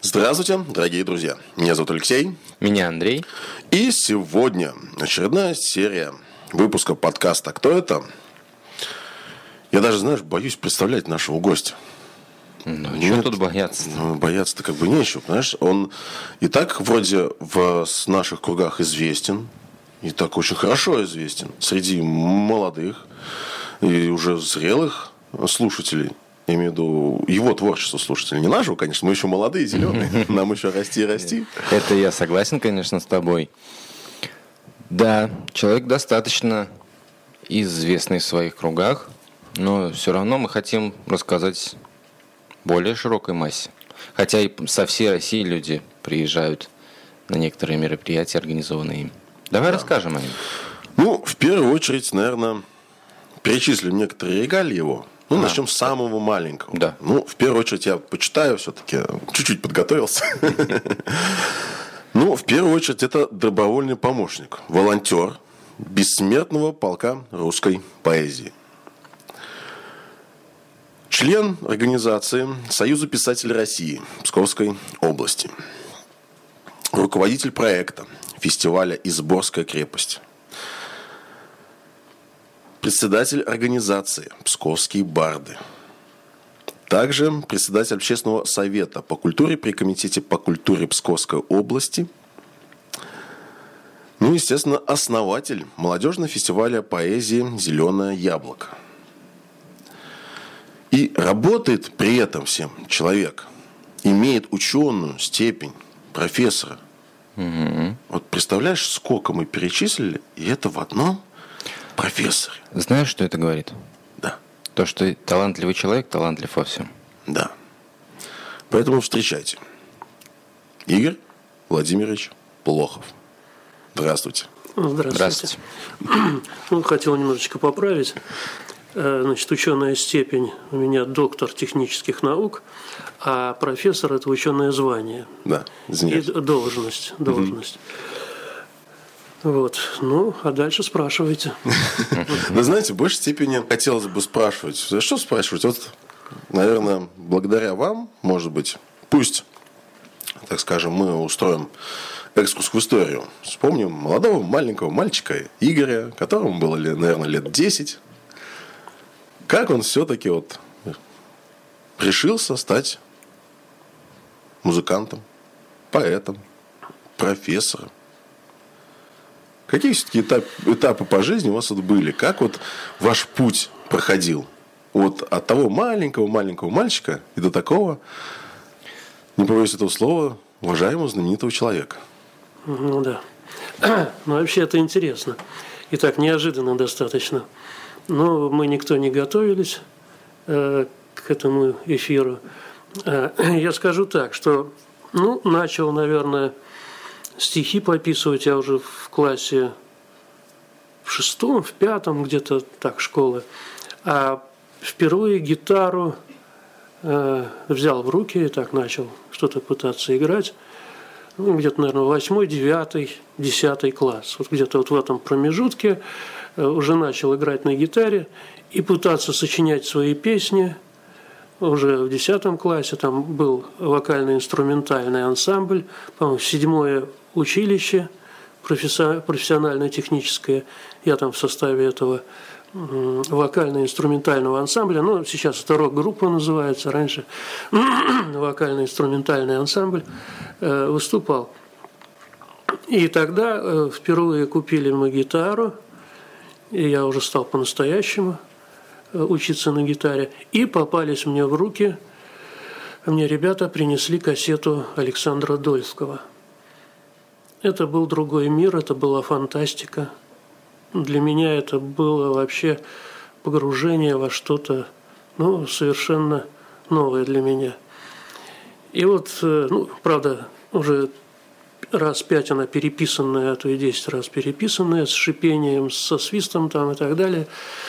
Здравствуйте, дорогие друзья. Меня зовут Алексей. Меня Андрей. И сегодня очередная серия выпуска подкаста «Кто это?». Я даже, боюсь представлять нашего гостя. Чего тут бояться? Бояться-то как бы нечего, понимаешь? Он и так вроде в наших кругах известен, и так очень хорошо известен среди молодых и уже зрелых слушателей. Я имею в виду его творчество слушателей. Не нашего, конечно, мы еще молодые, зеленые. Нам еще расти и расти. Это я согласен, конечно, с тобой. Да, человек достаточно известный в своих кругах, но все равно мы хотим рассказать более широкой массе. Хотя и со всей России люди приезжают на некоторые мероприятия, организованные им. Давай расскажем о нем. В первую очередь, наверное, перечислим некоторые регалии его. Начнем с самого маленького. Да. В первую очередь я почитаю все-таки, чуть-чуть подготовился. В первую очередь это добровольный помощник, волонтер бессмертного полка русской поэзии. Член организации Союза писателей России Псковской области. Руководитель проекта фестиваля «Изборская крепость». Председатель организации «Псковские барды». Также председатель общественного совета по культуре при комитете по культуре Псковской области. Естественно, основатель молодежного фестиваля поэзии «Зеленое яблоко». И работает при этом всем человек, имеет ученую степень профессора. Вот представляешь, сколько мы перечислили, и это в одном профессоре. Знаешь, что это говорит? Да. То, что талантливый человек талантлив во всем. Да. Поэтому встречайте. Игорь Владимирович Плохов. Здравствуйте. Здравствуйте. Хотел немножечко поправить. Ученая степень у меня доктор технических наук, а профессор – это ученое звание. Да, извиняюсь. И должность. А дальше спрашивайте. Вы знаете, в большей степени хотелось бы спрашивать. Что спрашивать? Наверное, благодаря вам, может быть, пусть, так скажем, мы устроим экскурс в историю. Вспомним молодого маленького мальчика Игоря, которому было, наверное, лет 10. Как он все-таки решился стать музыкантом, поэтом, профессором? Какие все-таки этапы по жизни у вас были? Как ваш путь проходил? От того маленького мальчика и до такого, не побоюсь этого слова, уважаемого знаменитого человека. Да. Вообще это интересно. И так неожиданно достаточно. Но мы никто не готовились к этому эфиру. Я скажу так, что начал, наверное, стихи пописывать я уже в классе в 6, в 5, где-то так, школы. А впервые гитару взял в руки и так начал что-то пытаться играть. Где-то, наверное, 8, 9, 10 класс. Где-то в этом промежутке уже начал играть на гитаре и пытаться сочинять свои песни. Уже в 10 классе там был вокально-инструментальный ансамбль, по-моему, 7-е училище профессионально-техническое. Я там в составе этого вокально-инструментального ансамбля, сейчас это рок-группа называется, раньше вокально-инструментальный ансамбль выступал. И тогда впервые купили мы гитару, и я уже стал по-настоящему учиться на гитаре. И попались мне в руки, мне ребята принесли кассету Александра Дольского. Это был другой мир, это была фантастика. Для меня это было вообще погружение во что-то, совершенно новое для меня. И правда, уже раз 5 она переписанная, а то и 10 раз переписанная, с шипением, со свистом там и так далее.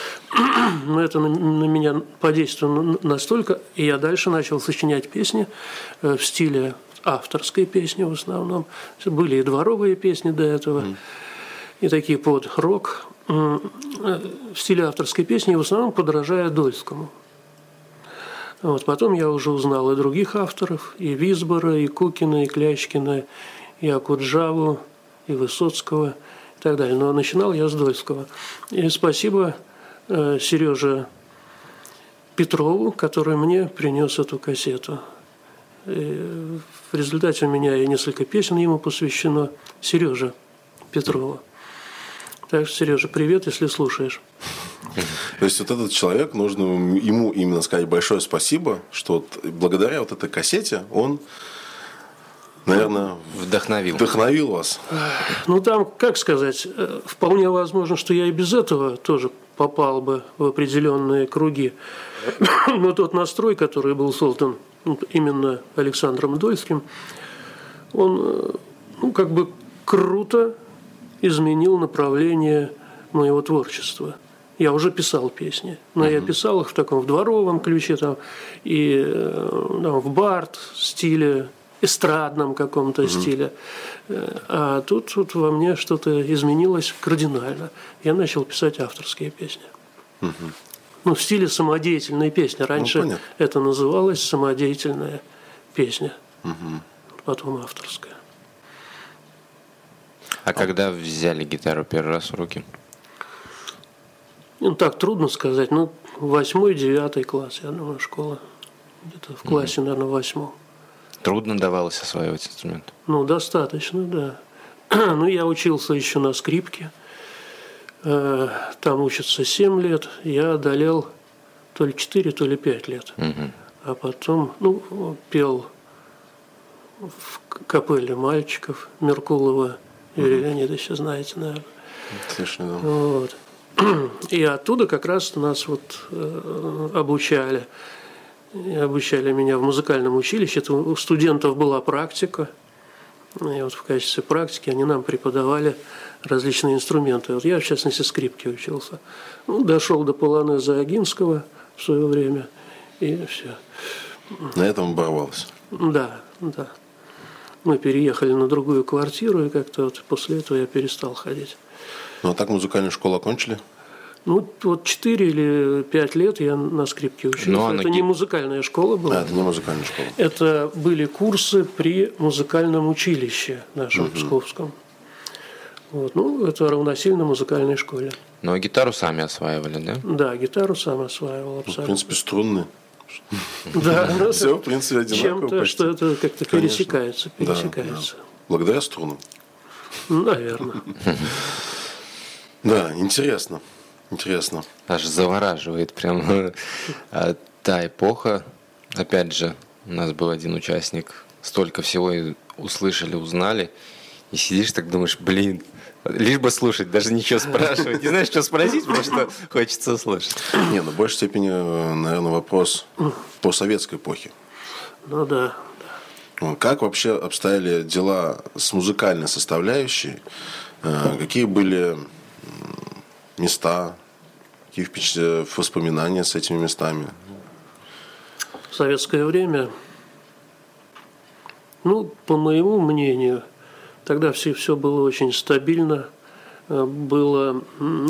Но это на меня подействовало настолько, и я дальше начал сочинять песни в стиле авторской песни в основном. Были и дворовые песни до этого, и такие под рок, в стиле авторской песни, в основном подражая Дольскому. Вот. Потом я уже узнал и других авторов, и Висбора, и Кукина, и Клячкина, и Акуджаву, и Высоцкого и так далее. Но начинал я с Дольского. И спасибо Сереже Петрову, который мне принес эту кассету. И в результате у меня и несколько песен ему посвящено. Сереже Петрову. Так что, Сережа, привет, если слушаешь. То есть вот этот человек, нужно ему именно сказать большое спасибо, что вот благодаря вот этой кассете он, наверное, вдохновил вас. Ну там, как сказать, вполне возможно, что я и без этого тоже попал бы в определенные круги. Но тот настрой, который был создан именно Александром Дольским, он, как бы круто изменил направление моего творчества. Я уже писал песни, но я писал их в таком в дворовом ключе, там, и в бард-стиле, эстрадном каком-то стиле. А тут во мне что-то изменилось кардинально. Я начал писать авторские песни. В стиле самодеятельной песни. Раньше это называлось самодеятельная песня, потом авторская. А когда взяли гитару первый раз в руки? Так трудно сказать. 8-9 класс, я думаю, школа. Где-то в классе, наверное, 8. Трудно давалось осваивать инструмент? Достаточно, да. Я учился еще на скрипке. Там учатся 7 лет. Я одолел то ли 4, то ли 5 лет. А потом, пел в капелле мальчиков Меркулова Юрия Леонидовича, знаете, наверное. Слышно, да. Вот. И оттуда как раз нас обучали. Обучали меня в музыкальном училище. Это у студентов была практика. И в качестве практики они нам преподавали различные инструменты. Я, в частности, скрипке учился. Дошел до полонеза Огинского в свое время. И все. На этом оборвалось? Да. Мы переехали на другую квартиру, и как-то после этого я перестал ходить. А так музыкальную школу окончили? 4 или 5 лет я на скрипке учился. Это не музыкальная школа была. Это не музыкальная школа. Это были курсы при музыкальном училище нашем Псковском. Это равносильно музыкальной школе. Но гитару сами осваивали, да? Да, гитару сам осваивал абсолютно. В принципе, струнные. Да, все, в принципе, одинаково. Чем-то, что это как-то пересекается. Благодаря струнам. Наверное. Да, интересно. Аж завораживает прям та эпоха. Опять же, у нас был один участник, столько всего услышали, узнали. И сидишь так думаешь, лишь бы слушать, даже ничего спрашивать. Не знаешь, что спросить, потому что хочется услышать. В большей степени, наверное, вопрос по советской эпохе. Да. Как вообще обстояли дела с музыкальной составляющей? Какие были места, какие воспоминания с этими местами? В советское время, по моему мнению, тогда все было очень стабильно. Было,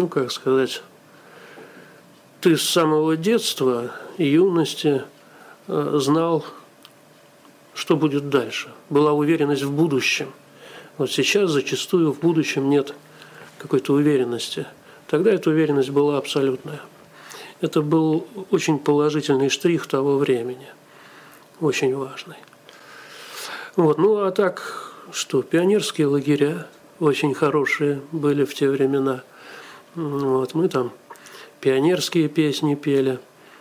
ты с самого детства и юности знал, что будет дальше. Была уверенность в будущем. Сейчас зачастую в будущем нет какой-то уверенности. Тогда эта уверенность была абсолютная. Это был очень положительный штрих того времени. Очень важный. А так, пионерские лагеря очень хорошие были в те времена. Мы там пионерские песни пели.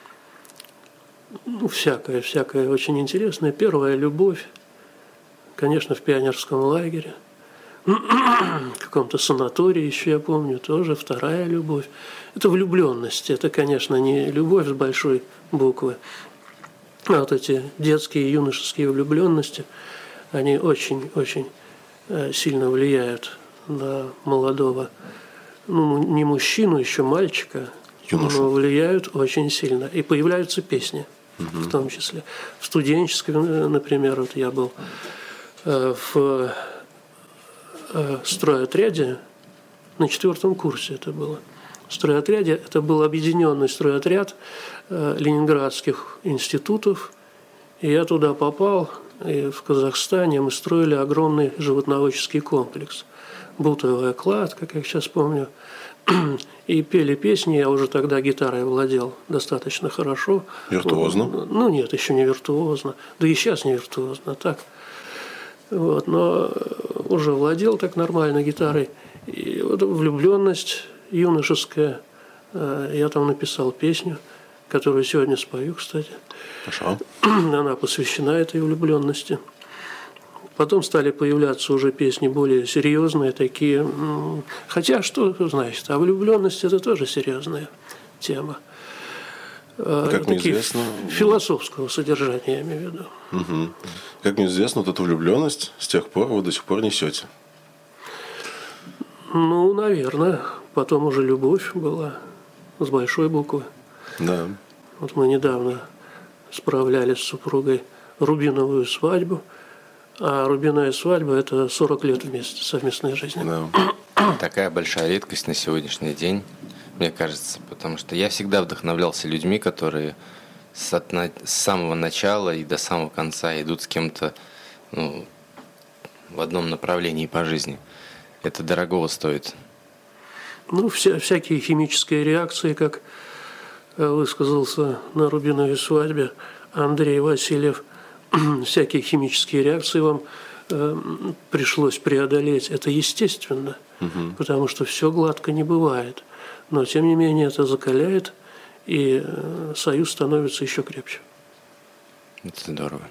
Всякое очень интересное. Первая любовь, конечно, в пионерском лагере. В каком-то санатории еще, я помню, тоже вторая любовь. Это влюбленность. Это, конечно, не любовь с большой буквы. А эти детские и юношеские влюбленности, они очень-очень сильно влияют на молодого, не мужчину, еще мальчика, юношу. Но влияют очень сильно. И появляются песни, в том числе. В студенческом, например, я был в стройотряде на 4 курсе это было. стройотряде. Это был объединенный стройотряд ленинградских институтов. И я туда попал, и в Казахстане мы строили огромный животноводческий комплекс. Бутовый клад, как я сейчас помню. И пели песни, я уже тогда гитарой владел достаточно хорошо. Виртуозно? Ну нет, еще не виртуозно. Да и сейчас не виртуозно, так. Вот, но уже владел так нормально гитарой. И вот влюбленность юношеская. Я там написал песню, которую сегодня спою, кстати. Хорошо. Она посвящена этой влюбленности. Потом стали появляться уже песни более серьезные, такие. Хотя, что значит, а влюбленность – это тоже серьезная тема. Как мне известно, философского содержания, я имею в виду. Угу. Как мне известно, вот эту влюбленность с тех пор вы до сих пор несете. Ну, наверное. Потом уже любовь была с большой буквы. Да. Вот мы недавно справляли с супругой рубиновую свадьбу. А рубиновая свадьба – это 40 лет вместе, совместной жизни. Да. Такая большая редкость на сегодняшний день, мне кажется, потому что я всегда вдохновлялся людьми, которые с самого начала и до самого конца идут с кем-то в одном направлении по жизни. Это дорогого стоит. Ну, всякие химические реакции, как высказался на рубиновой свадьбе Андрей Васильев, всякие химические реакции вам пришлось преодолеть. Это естественно, потому что все гладко не бывает. Но, тем не менее, это закаляет, и союз становится еще крепче. Это здорово.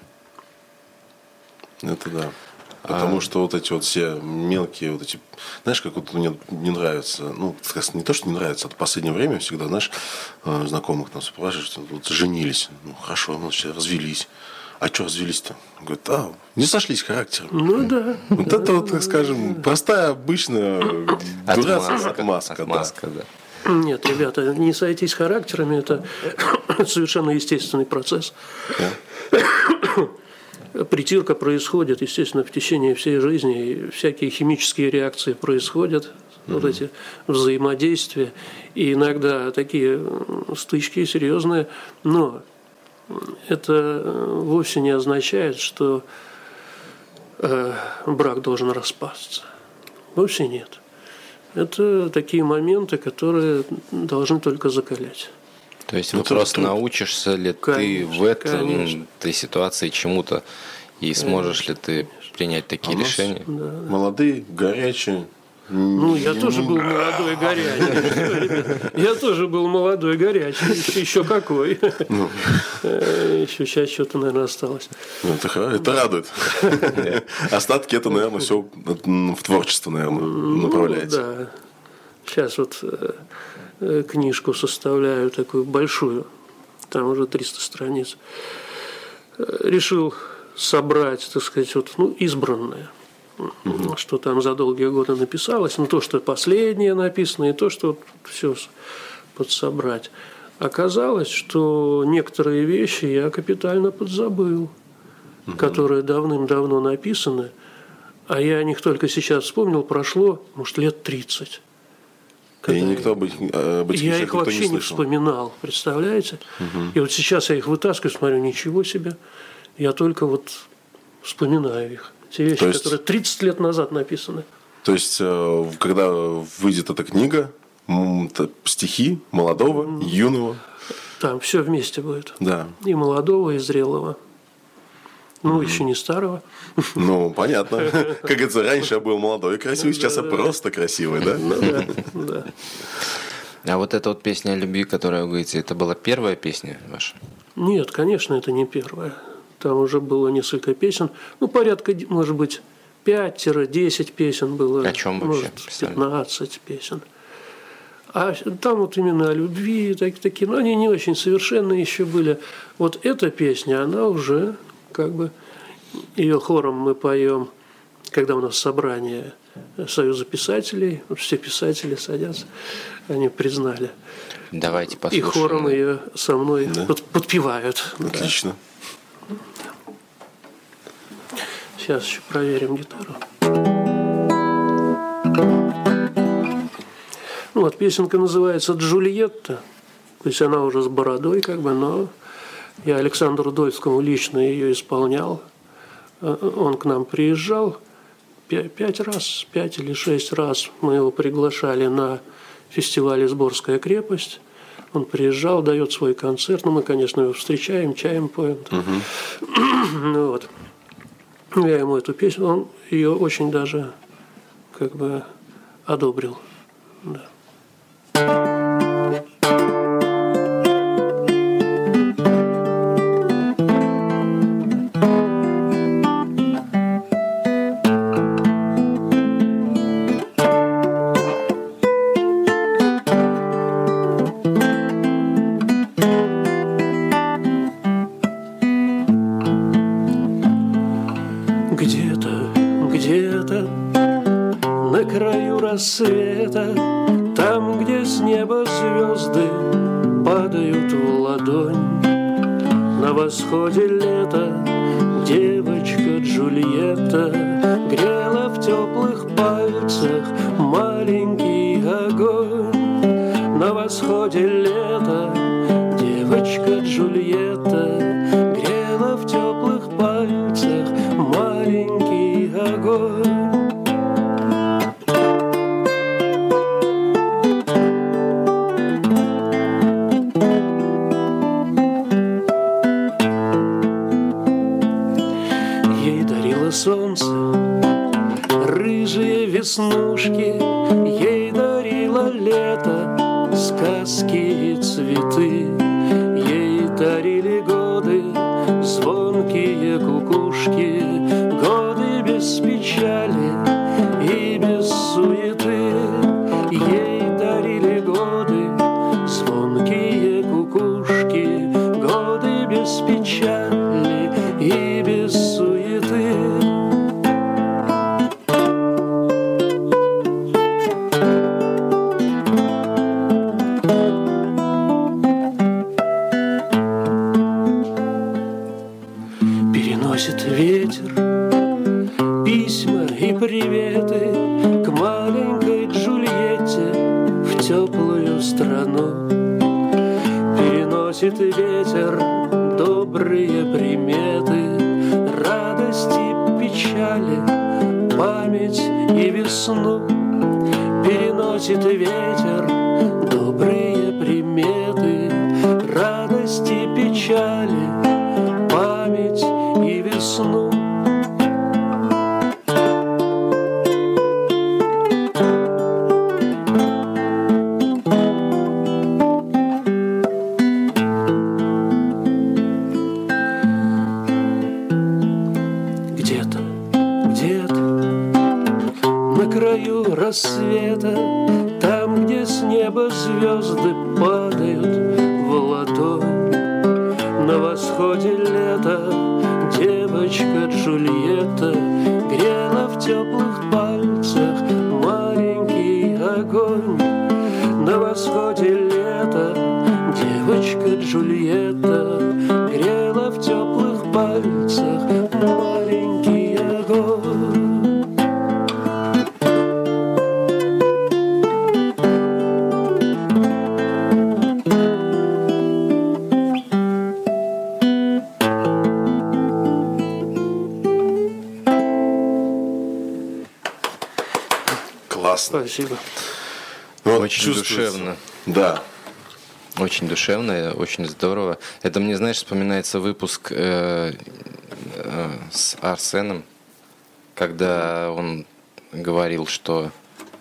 Это да. Потому что вот эти вот все мелкие, вот эти, знаешь, как вот мне не нравится, ну, не то, что не нравится, а в последнее время всегда, знаешь, знакомых там спрашивают, что вот женились, ну, хорошо, значит, развелись. А что развелись-то? Говорят, не сошлись характером. Ну да. Вот это вот, так скажем, простая, обычная, дурацкая отмазка. Да. Нет, ребята, не сойтись характерами, это совершенно естественный процесс. Да. Притирка происходит, естественно, в течение всей жизни, и всякие химические реакции происходят, вот эти взаимодействия, и иногда такие стычки серьезные, но это вовсе не означает, что брак должен распасться. Вовсе нет. Это такие моменты, которые должны только закалять. То есть вопрос, научишься ли ты в этой ситуации чему-то, и сможешь ли ты принять такие решения? Да. Молодые, горячие. Ну, я тоже был молодой, горячий. Я тоже был молодой, горячий. Еще какой. Еще сейчас что-то, наверное, осталось. Это радует. Остатки это, наверное, все в творчество, наверное, направляется. Да. Сейчас вот книжку составляю, такую большую. Там уже 300 страниц. Решил собрать, так сказать, вот, избранное. Что там за долгие годы написалось, то, что последнее написано, и то, что все подсобрать. Оказалось, что некоторые вещи я капитально подзабыл, которые давным-давно написаны, а я о них только сейчас вспомнил, прошло, может, лет 30. И никто об этих я их вообще не вспоминал, представляете? И вот сейчас я их вытаскиваю, смотрю, ничего себе, я только вот вспоминаю их. Те вещи, которые 30 лет назад написаны. То есть, когда выйдет эта книга, стихи молодого, юного. Там все вместе будет. Да. И молодого, и зрелого. Еще не старого. Ну, понятно. Как говорится, раньше я был молодой и красивый, сейчас я просто красивый, да? Да. А вот эта вот песня о любви, которую вы говорите, это была первая песня ваша? Нет, конечно, это не первая. Там уже было несколько песен. Порядка, может быть, 5-10 песен было. О чем вообще? Может, 15 песен. А там вот именно о любви, такие, но они не очень совершенные еще были. Вот эта песня, она уже ее хором мы поем, когда у нас собрание Союза писателей, вот все писатели садятся, они признали. Давайте послушаем. И хором ее со мной подпевают. Отлично. Сейчас еще проверим гитару. Вот песенка называется «Джульетта». То есть она уже с бородой, как бы, но я Александру Дольскому лично ее исполнял. Он к нам приезжал 5 или 6 раз. Мы его приглашали на фестивале «Сборская крепость». Он приезжал, дает свой концерт. Ну, мы, конечно, его встречаем, чаем поем. Вот. Я ему эту песню, он ее очень даже как бы одобрил. Да. Где-то на краю рассвета, там, где с неба звезды падают в ладонь, на восходе лета девочка Джульетта грела в теплых пальцах маленький огонь. На восходе лета девочка Джульетта грела в теплых пальцах маленький огонь. Ей дарило солнце рыжие веснушки, ей дарило лето сказки и цветы, ей дарили годы звонкие кукушки, годы без печали и без суеты. Ей дарили годы звонкие кукушки, годы без печали и без суеты. Переносит ветер письма и приветы к маленькой Джульетте в теплую страну. Переносит ветер добрые приметы, радости, печали, память и весну. Переносит ветер добрые приметы, радости, печали, память и весну. Где-то на краю рассвета, там, где с неба звезды падают в ладонь, на восходе лета девочка Джульетта грела в теплых пальцах маленький огонь. На восходе лета девочка Джульетта грела в теплых пальцах маленький огонь. Классно. Спасибо. Вот Очень чувствуется. душевно. Да. Очень душевно, очень здорово. Это мне, знаешь, вспоминается выпуск с Арсеном, когда он говорил, что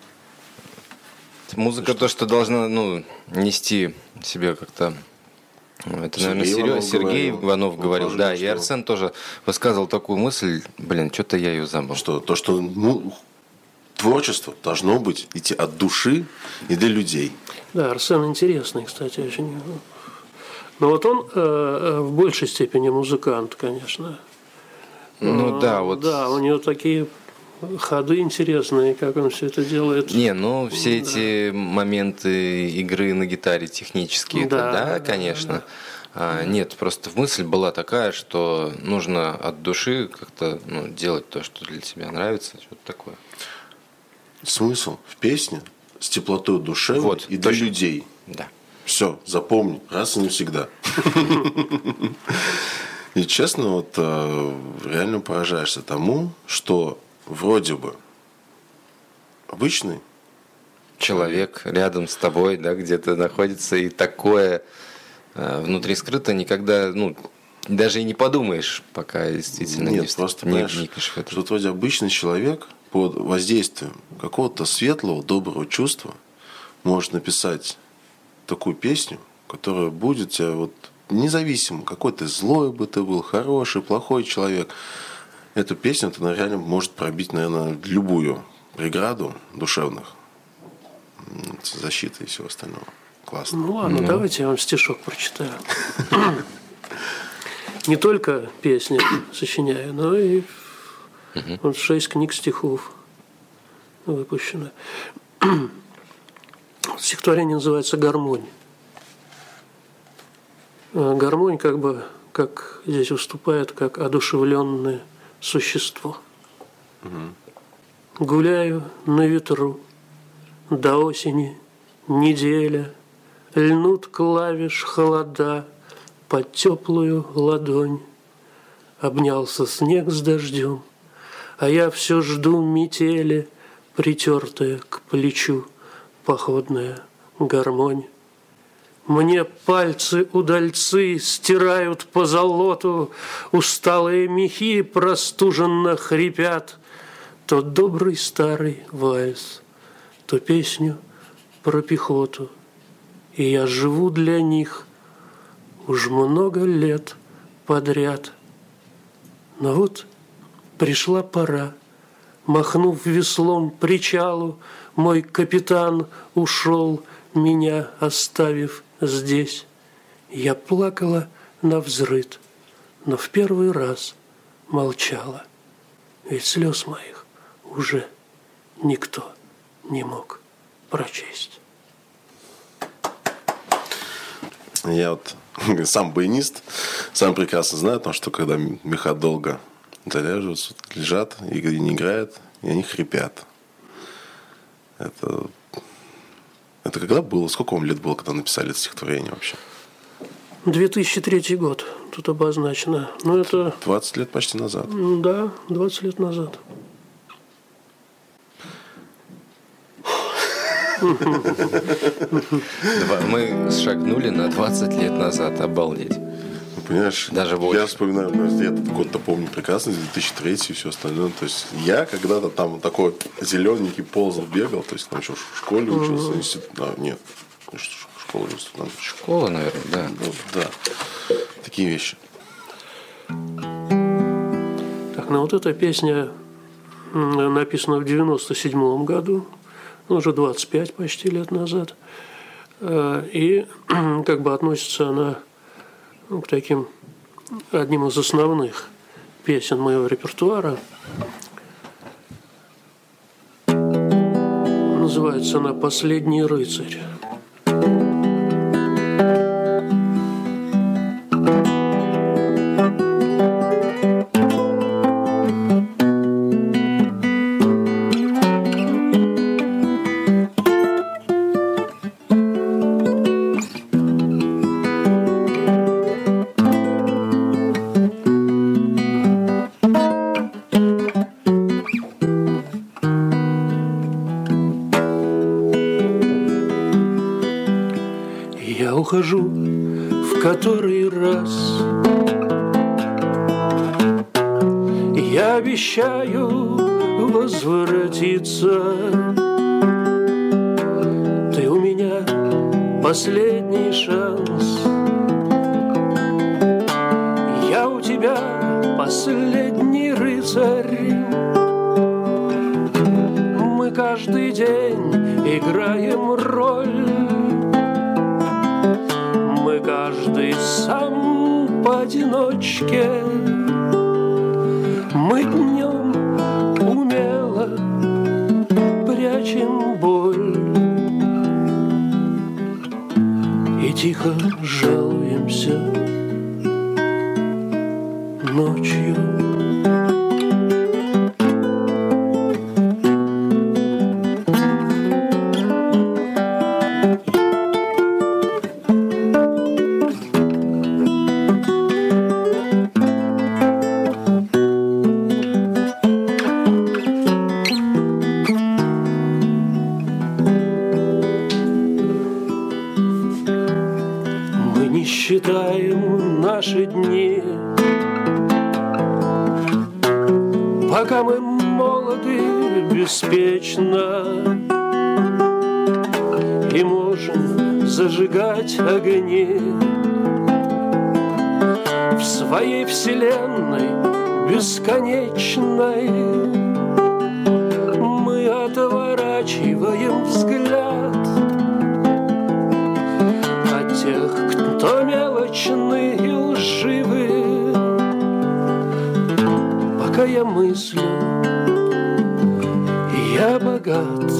музыка то, что должна, нести себе как-то. Это, наверное, Сергей Иванов говорил, да, и Арсен тоже высказывал такую мысль, что-то я ее забыл. Что творчество должно быть идти от души и для людей. Да, Арсен интересный, кстати, очень. Но вот он в большей степени музыкант, конечно. Да, Да, у него такие ходы интересные, как он все это делает. Все эти моменты игры на гитаре технические, да, конечно. Нет, просто мысль была такая, что нужно от души как-то делать то, что для тебя нравится, что-то такое. Смысл в песне с теплотой душевной Вот, и для точно. людей. Да. Все, запомни, раз и навсегда. И честно, вот реально поражаешься тому, что вроде бы обычный Человек рядом с тобой, да, где-то находится, и такое внутри скрыто никогда, ну, даже и не подумаешь, пока действительно Нет, просто понимаешь, вникнешь в это. что вроде обычный человек под воздействием какого-то светлого, доброго чувства может написать такую песню, которая будет тебя вот независимо, какой ты злой бы ты был, хороший, плохой человек. Эту песню ты реально может пробить, наверное, любую преграду душевных, защиты и всего остального. Классно. Ну ладно, давайте я вам стишок прочитаю. Не только песни сочиняю, но и вот 6 книг стихов выпущено. Стихотворение называется «Гармонь». Гармонь как бы, как здесь выступает, как одушевленное существо. Гуляю на ветру, до осени неделя, льнут клавиш холода под теплую ладонь. Обнялся снег с дождем, а я все жду метели, притертая к плечу походная гармонь. Мне пальцы удальцы стирают по золоту, усталые мехи простуженно хрипят. То добрый старый вальс, то песню про пехоту. И я живу для них уж много лет подряд. Но вот пришла пора, махнув веслом причалу, мой капитан ушел, меня оставив здесь. Я плакала навзрыд, но в первый раз молчала, ведь слез моих уже никто не мог прочесть. Я вот сам баянист, сам прекрасно знаю о том, что когда меха долго залеживаются, лежат и не играют, и они хрипят. Это когда было? Сколько вам лет было, когда написали это стихотворение вообще? 2003 год тут обозначено. Ну, это... 20 лет почти назад. Да, 20 лет назад. Мы шагнули на 20 лет назад, обалдеть. Понимаешь, Даже я больше. вспоминаю, я этот год-то помню прекрасно, 2003 и все остальное. То есть я когда-то там такой зелененький ползал, бегал, то есть там еще в школе учился, институт, нет, школа, институт, Школа, наверное, да. Ну, да, такие вещи. Так, ну вот эта песня написана в 97 году, ну, уже 25 почти лет назад. И как бы относится она к таким одним из основных песен моего репертуара. Называется она «Последний рыцарь». Я ухожу в который раз. Я обещаю возвратиться. Ты у меня последний шанс. Я у тебя последний рыцарь. Мы каждый день играем роль. Мы каждый сам поодиночке. Мы днем умело прячем боль и тихо жалуемся ночью. пока мы молоды беспечно и можем зажигать огни в своей вселенной бесконечной. Мы отворачиваем взгляд от тех, кто мелочны и лживы. Пока я мыслю, я богат,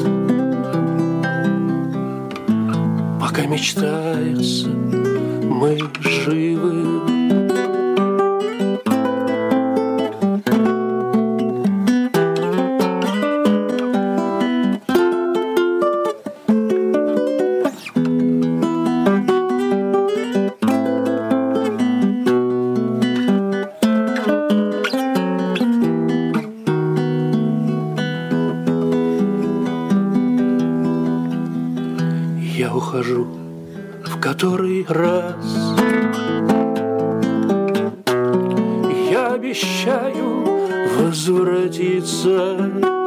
пока мечтается, мы живы. Я ухожу в который раз. Я обещаю возвратиться.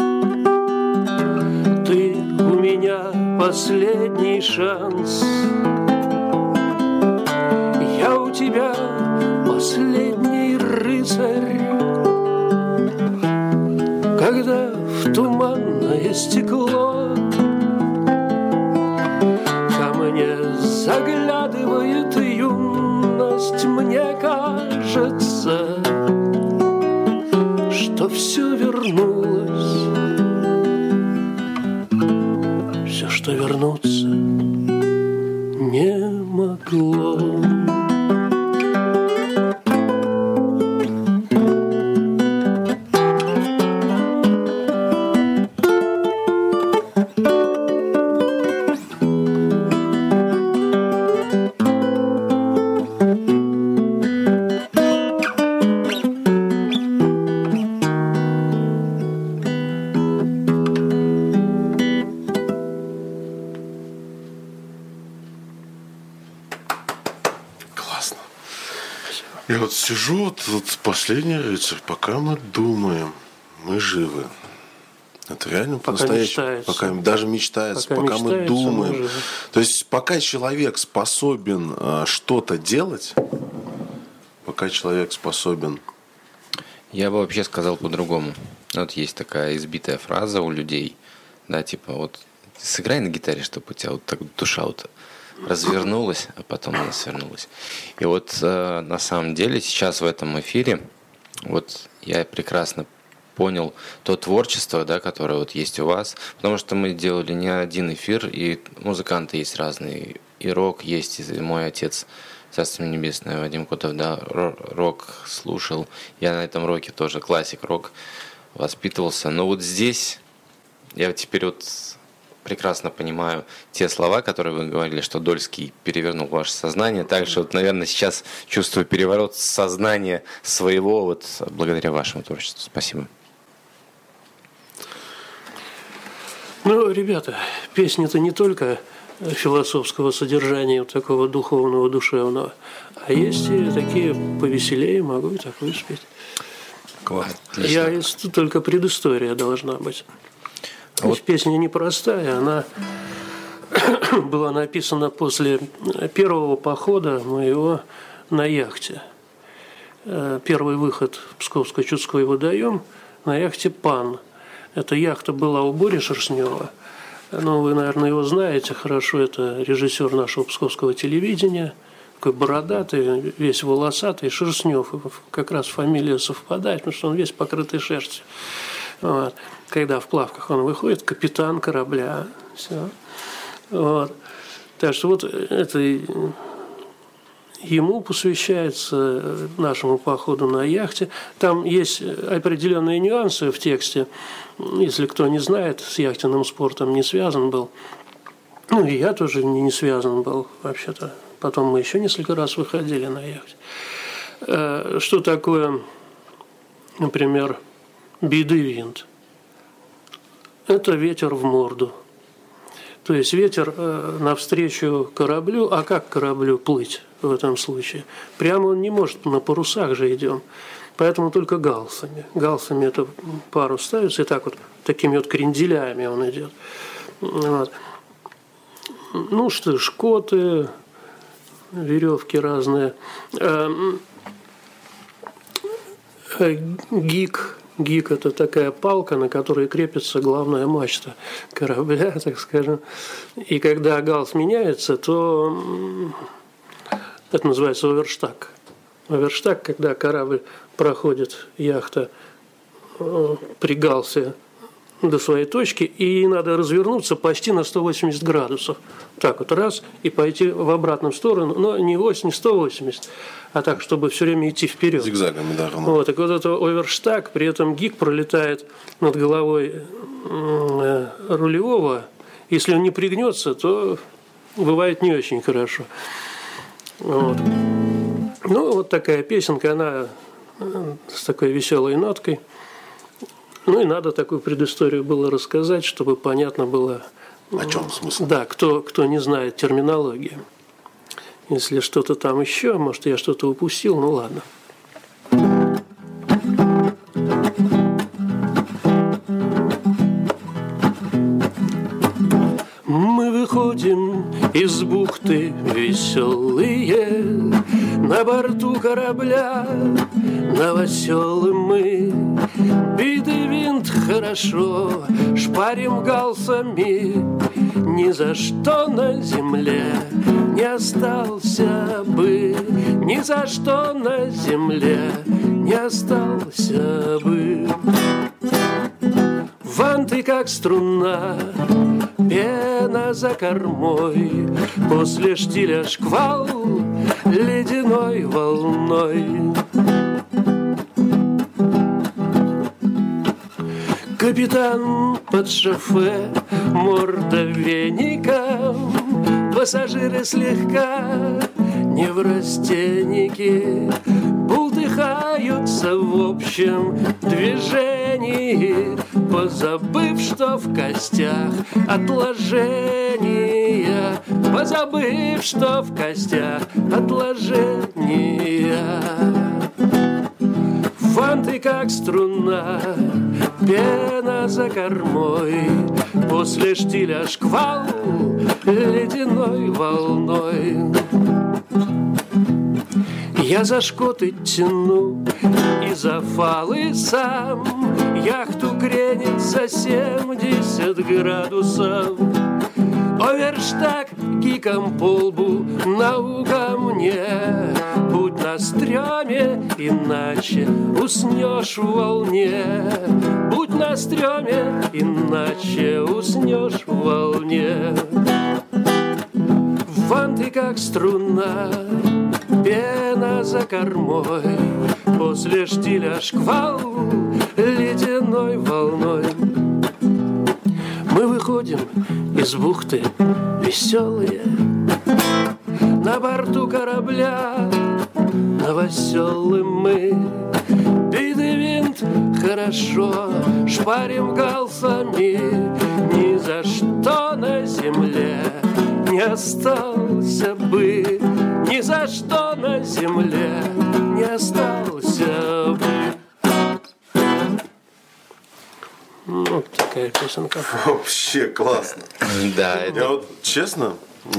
Ты у меня последний шанс. Я у тебя последний рыцарь. Когда в туманное стекло заглядывает юность, мне кажется, что все вернулось, все, что вернуться не могло. Я вот сижу, вот последний рыцарь, пока мы думаем, мы живы. Это реально по-настоящему. Пока даже мечтается, пока мы думаем. То есть пока человек способен что-то делать, пока человек способен. Я бы вообще сказал по-другому. Вот есть такая избитая фраза у людей, да, типа вот сыграй на гитаре, чтобы у тебя вот так душа вот развернулась, а потом она свернулась. И вот на самом деле сейчас в этом эфире вот я прекрасно понял то творчество, да, которое вот есть у вас, потому что мы делали не один эфир, и музыканты есть разные, и рок есть, и мой отец, Царство Небесное, Вадим Котов, да, рок слушал, я на этом роке тоже, классик рок, воспитывался, но вот здесь я теперь вот прекрасно понимаю те слова, которые вы говорили, что Дольский перевернул ваше сознание. Также, вот, наверное, сейчас чувствую переворот сознания своего вот благодаря вашему творчеству. Спасибо. Ну, ребята, песни-то не только философского содержания, вот такого духовного, душевного, а есть и такие повеселее, могу и такую спеть. Класс. Только предыстория должна быть. Вот. Песня непростая, она была написана после первого похода моего на яхте. Первый выход в Псковско-Чудской водоем на яхте «Пан». Эта яхта была у Бори Шерстнева. Ну, вы, наверное, его знаете хорошо. Это режиссер нашего псковского телевидения. Такой бородатый, весь волосатый, Шерстнев. Как раз фамилия совпадает, потому что он весь покрытый шерстью. Вот. Когда в плавках он выходит, капитан корабля. Все. Вот. Так что вот это ему посвящается, нашему походу на яхте. Там есть определенные нюансы в тексте. Если кто не знает, с яхтенным спортом не связан был. Ну, и я тоже не связан был, вообще-то. Потом мы еще несколько раз выходили на яхте. Что такое, например, беды-винт? Это ветер в морду. То есть ветер навстречу кораблю, а как кораблю плыть в этом случае? Прямо он не может, на парусах же идем. Поэтому только галсами. Галсами это пару ставится, и так вот такими вот кренделями он идет. Вот. Ну, что, шкоты, веревки разные. Гик. Гик – это такая палка, на которой крепится главная мачта корабля, так скажем. И когда галс меняется, то это называется оверштаг. Оверштаг, когда корабль проходит, яхта при галсе до своей точки, и надо развернуться почти на 180 градусов. Так вот, раз, и пойти в обратную сторону, но не 180, а так, чтобы все время идти вперед. Зигзагами, да. Вот, так вот это оверштаг, при этом гик пролетает над головой рулевого. Если он не пригнется, то бывает не очень хорошо. Вот. Ну, вот такая песенка, она с такой веселой ноткой. Ну и надо такую предысторию было рассказать, чтобы понятно было, о чем смысл? Да, кто не знает терминологии. Если что-то там еще, может, я что-то упустил, ну ладно. Мы выходим из бухты веселые, на борту корабля новоселы мы. Битый винт хорошо, шпарим галсами, ни за что на земле не остался бы, ни за что на земле не остался бы. Ванты как струна, пена за кормой, после штиля шквал ледяной волной. Капитан под шофе, морда веником, пассажиры слегка не в растеннике, бултыхаются в общем движении, позабыв, что в костях отложения, позабыв, что в костях отложения. Фанты как струна, пена за кормой, после штиля шквал ледяной волной. Я за шкоты тяну и за фалы сам, яхту кренит за 70 градусов. Оверштаг гиком по лбу, наука мне, будь на стреме, иначе уснешь в волне. Будь на стреме, иначе уснешь в волне. Ванты как струна, пена за кормой, после штиля шквал ледяной волной. Мы выходим из бухты веселые, на борту корабля новоселы мы. Битый винт хорошо, шпарим галсами, ни за что на земле не остался бы, ни за что на земле не остался бы. Вот такая песенка. Вообще классно. Да, Я вот, честно,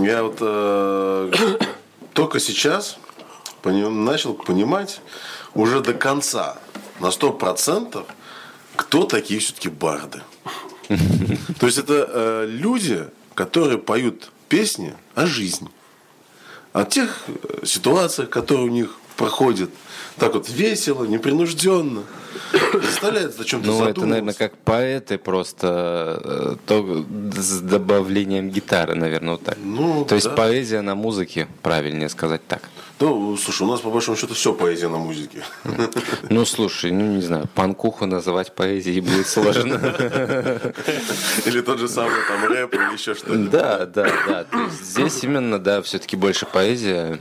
только сейчас начал понимать уже до конца, на 100%, кто такие все-таки барды. То есть это люди, которые поют песни о жизни, о тех ситуациях, которые у них проходят так вот весело, непринужденно. Заставляет о чем-то задумываться. Это, наверное, как поэты, просто то с добавлением гитары, наверное, вот так. То есть поэзия на музыке, правильнее сказать так. Ну, слушай, у нас по большому счету все поэзия на музыке. Ну, слушай, не знаю, панкуху называть поэзией будет сложно. Или тот же самый там рэп или еще что-то. Да. То есть здесь именно, да, все-таки больше поэзия.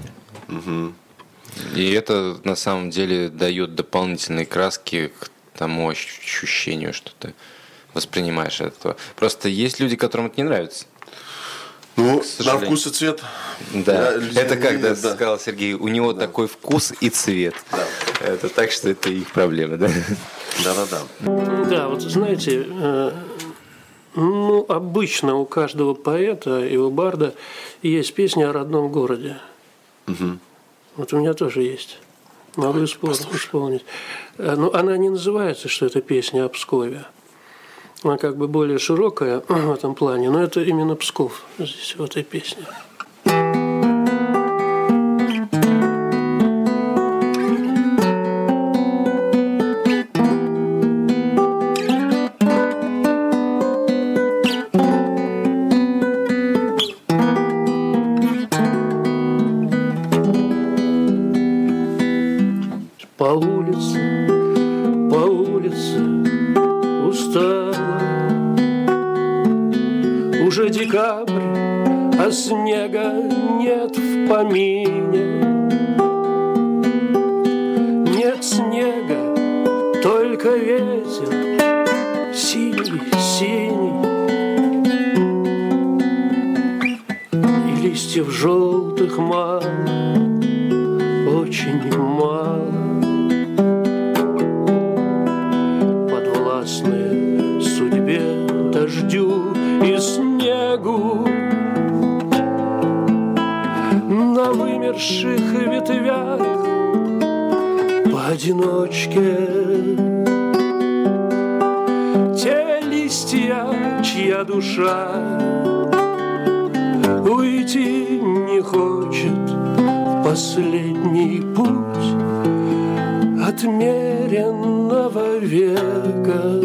И это на самом деле дает дополнительные краски к тому ощущению, что ты воспринимаешь этого. Просто есть люди, которым это не нравится. Ну, на вкус и цвет. Да, это когда сказал Сергей, у него такой вкус и цвет. Да. Это так, что это их проблема, да? Да. Да, вот знаете, обычно у каждого поэта и у барда есть песня о родном городе. Угу. Вот у меня тоже есть. Могу исполнить. Но она не называется, что это песня о Пскове. Она как бы более широкая в этом плане, но это именно Псков здесь в этой песне. По улице устала. Уже декабрь, а снега нет в помине. Нет снега, только ветер синий-синий. И листьев желтых мало, очень мало. Подвластные судьбе, дождю и снегу. На вымерших ветвях поодиночке те листья, чья душа уйти не хочет в последний путь отмеренного века.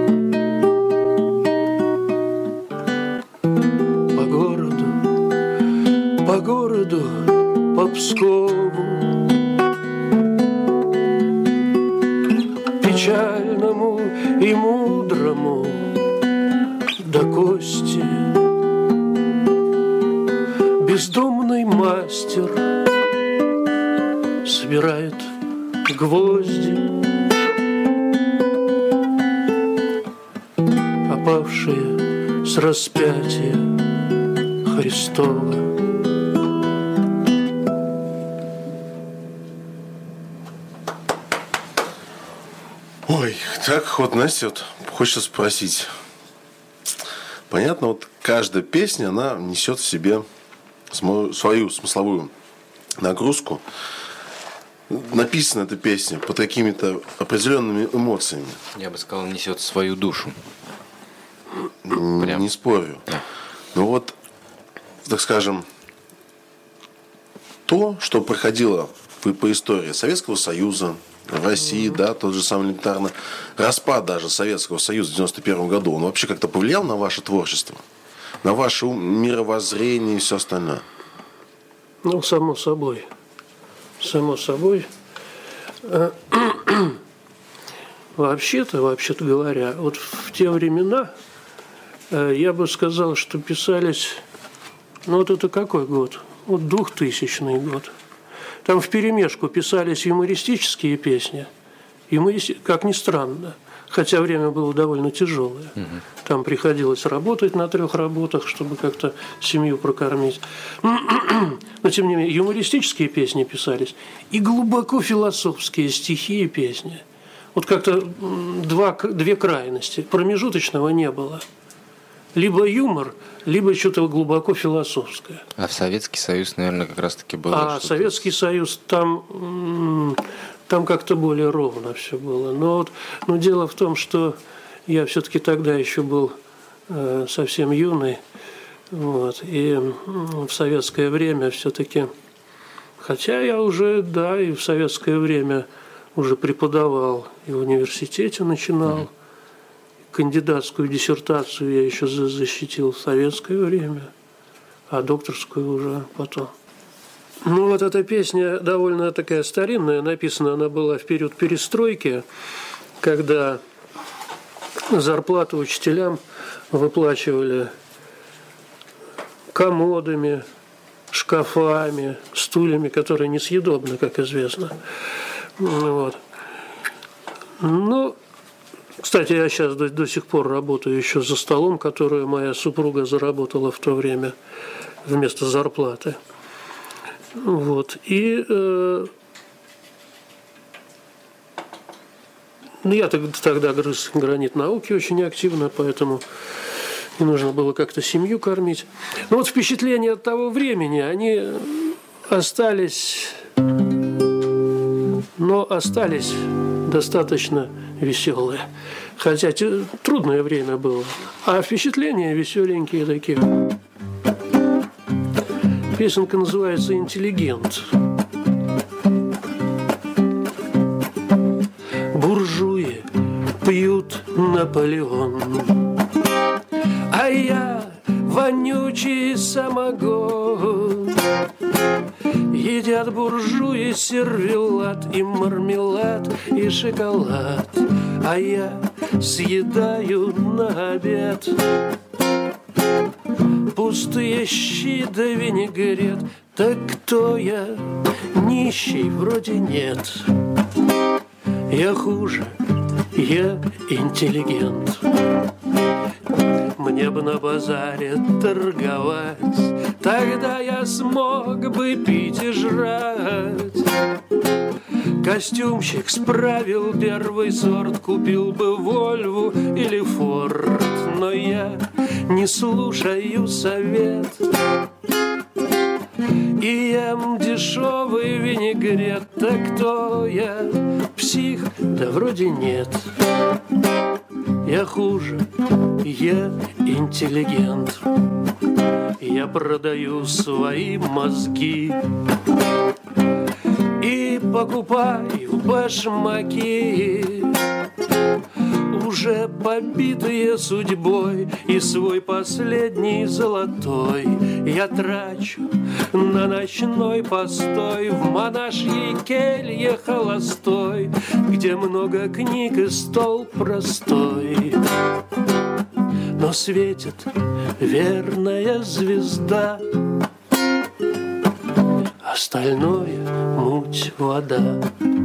По городу, по Пскову, печальному и мудрому до кости, бездомный мастер собирает гвозди, опавшие с распятия Христова. Ой, так вот, Настя, вот хочется спросить. Понятно, вот каждая песня, она несет в себе свою смысловую нагрузку. Написана эта песня под какими-то определенными эмоциями. Я бы сказал, несет свою душу. Не спорю. Да. Но вот, так скажем, то, что проходило по истории Советского Союза, в России, да, тот же самый элементарно распад даже Советского Союза в 91 году, он вообще как-то повлиял на ваше творчество, на ваше мировоззрение и все остальное? Ну, само собой. Само собой. Вообще-то говоря, вот в те времена я бы сказал, что писались, ну вот это какой год? Вот 2000 год. Там вперемешку писались юмористические песни, как ни странно, хотя время было довольно тяжелое. Там приходилось работать на 3 работах, чтобы как-то семью прокормить. Но, тем не менее, юмористические песни писались и глубоко философские стихи и песни. Вот как-то две крайности. Промежуточного не было. Либо юмор, либо что-то глубоко философское. А в Советский Союз, наверное, как раз-таки было. А Советский Союз, там как-то более ровно все было. Но дело в том, что я все-таки тогда еще был совсем юный. Вот, и в советское время все-таки, хотя я уже, да, и в советское время уже преподавал, и в университете начинал. Кандидатскую диссертацию я еще защитил в советское время, а докторскую уже потом. Ну вот эта песня довольно такая старинная, написана она была в период перестройки, когда зарплату учителям выплачивали комодами, шкафами, стульями, которые несъедобны, как известно. Вот. Ну, Кстати, я сейчас до сих пор работаю еще за столом, который моя супруга заработала в то время вместо зарплаты. Вот. И я тогда грыз гранит науки очень активно, поэтому мне нужно было как-то семью кормить. Но вот впечатления от того времени, они остались достаточно веселые. Хотя трудное время было. А впечатления веселенькие такие. Песенка называется «Интеллигент». Буржуи пьют Наполеон, а я вонючий самогон. Едят буржуи сервелат и мармелад и шоколад, а я съедаю на обед пустые щи да винегрет. Так кто я? Нищий вроде нет. Я хуже, я интеллигент. Мне бы на базаре торговать, тогда я смог бы пить и жрать. Костюмщик справил первый сорт, купил бы Вольву или Форд, но я не слушаю совет и ем дешевый винегрет. Так кто я? Псих? Да вроде нет. Я хуже, я интеллигент. Я продаю свои мозги и покупаю башмаки, уже побитые судьбой, и свой последний золотой я трачу на ночной постой в монашьей келье холостой, где много книг и стол простой. Но светит верная звезда, остальное муть вода.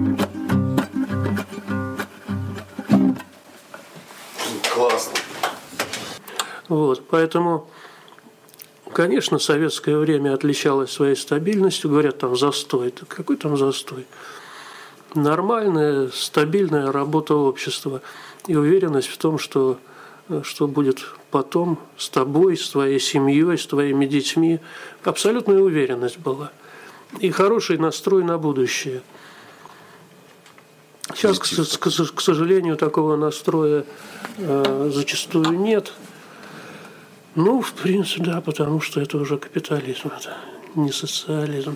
Классно. Вот, поэтому, конечно, советское время отличалось своей стабильностью. Говорят, там застой. Так какой там застой? Нормальная, стабильная работа общества и уверенность в том, что будет потом с тобой, с твоей семьей, с твоими детьми. Абсолютная уверенность была. И хороший настрой на будущее. Сейчас, к сожалению, такого настроя зачастую нет. Ну, в принципе, да, потому что это уже капитализм, это не социализм.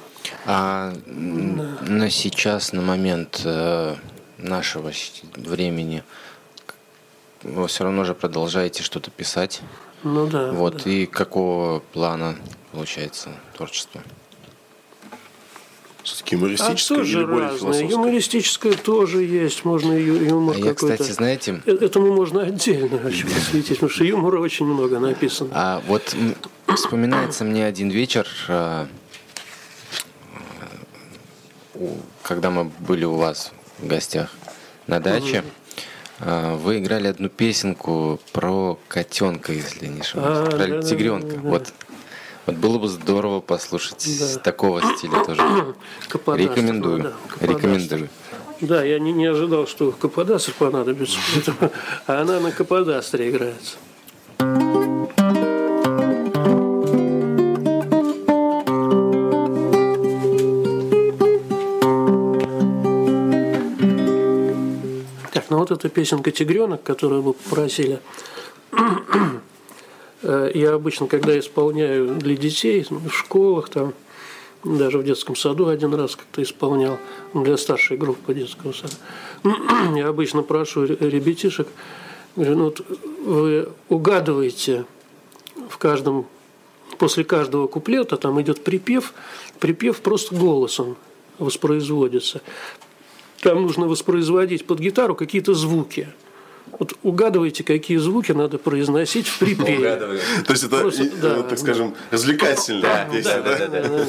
Но сейчас, на момент нашего времени, вы все равно же продолжаете что-то писать. Ну да. Вот, да. и какого плана получается творчество? Все-таки юмористическое тоже или более разное. философское? Юмористическое тоже есть, можно юмор Я, какой-то. кстати, знаете... Этому можно отдельно вообще посвятить, потому что юмора очень много написано. А вот вспоминается мне один вечер, когда мы были у вас в гостях на даче. Вы играли одну песенку про котенка, если не ошибаюсь, про тигренка. Да. Вот было бы здорово послушать такого стиля тоже. Рекомендую. Да, Рекомендую. Да, я не ожидал, что каподастр понадобится, а она на каподастре играется. Так, ну вот эта песенка «Тигренок», которую вы попросили. Я обычно, когда исполняю для детей, в школах, там, даже в детском саду один раз как-то исполнял, для старшей группы детского сада, я обычно прошу ребятишек, говорю, ну вот вы угадываете после каждого куплета, там идет припев просто голосом воспроизводится. Там нужно воспроизводить под гитару какие-то звуки. Вот угадывайте, какие звуки надо произносить в припеве. То есть это, просто, так скажем, развлекательная песня, да?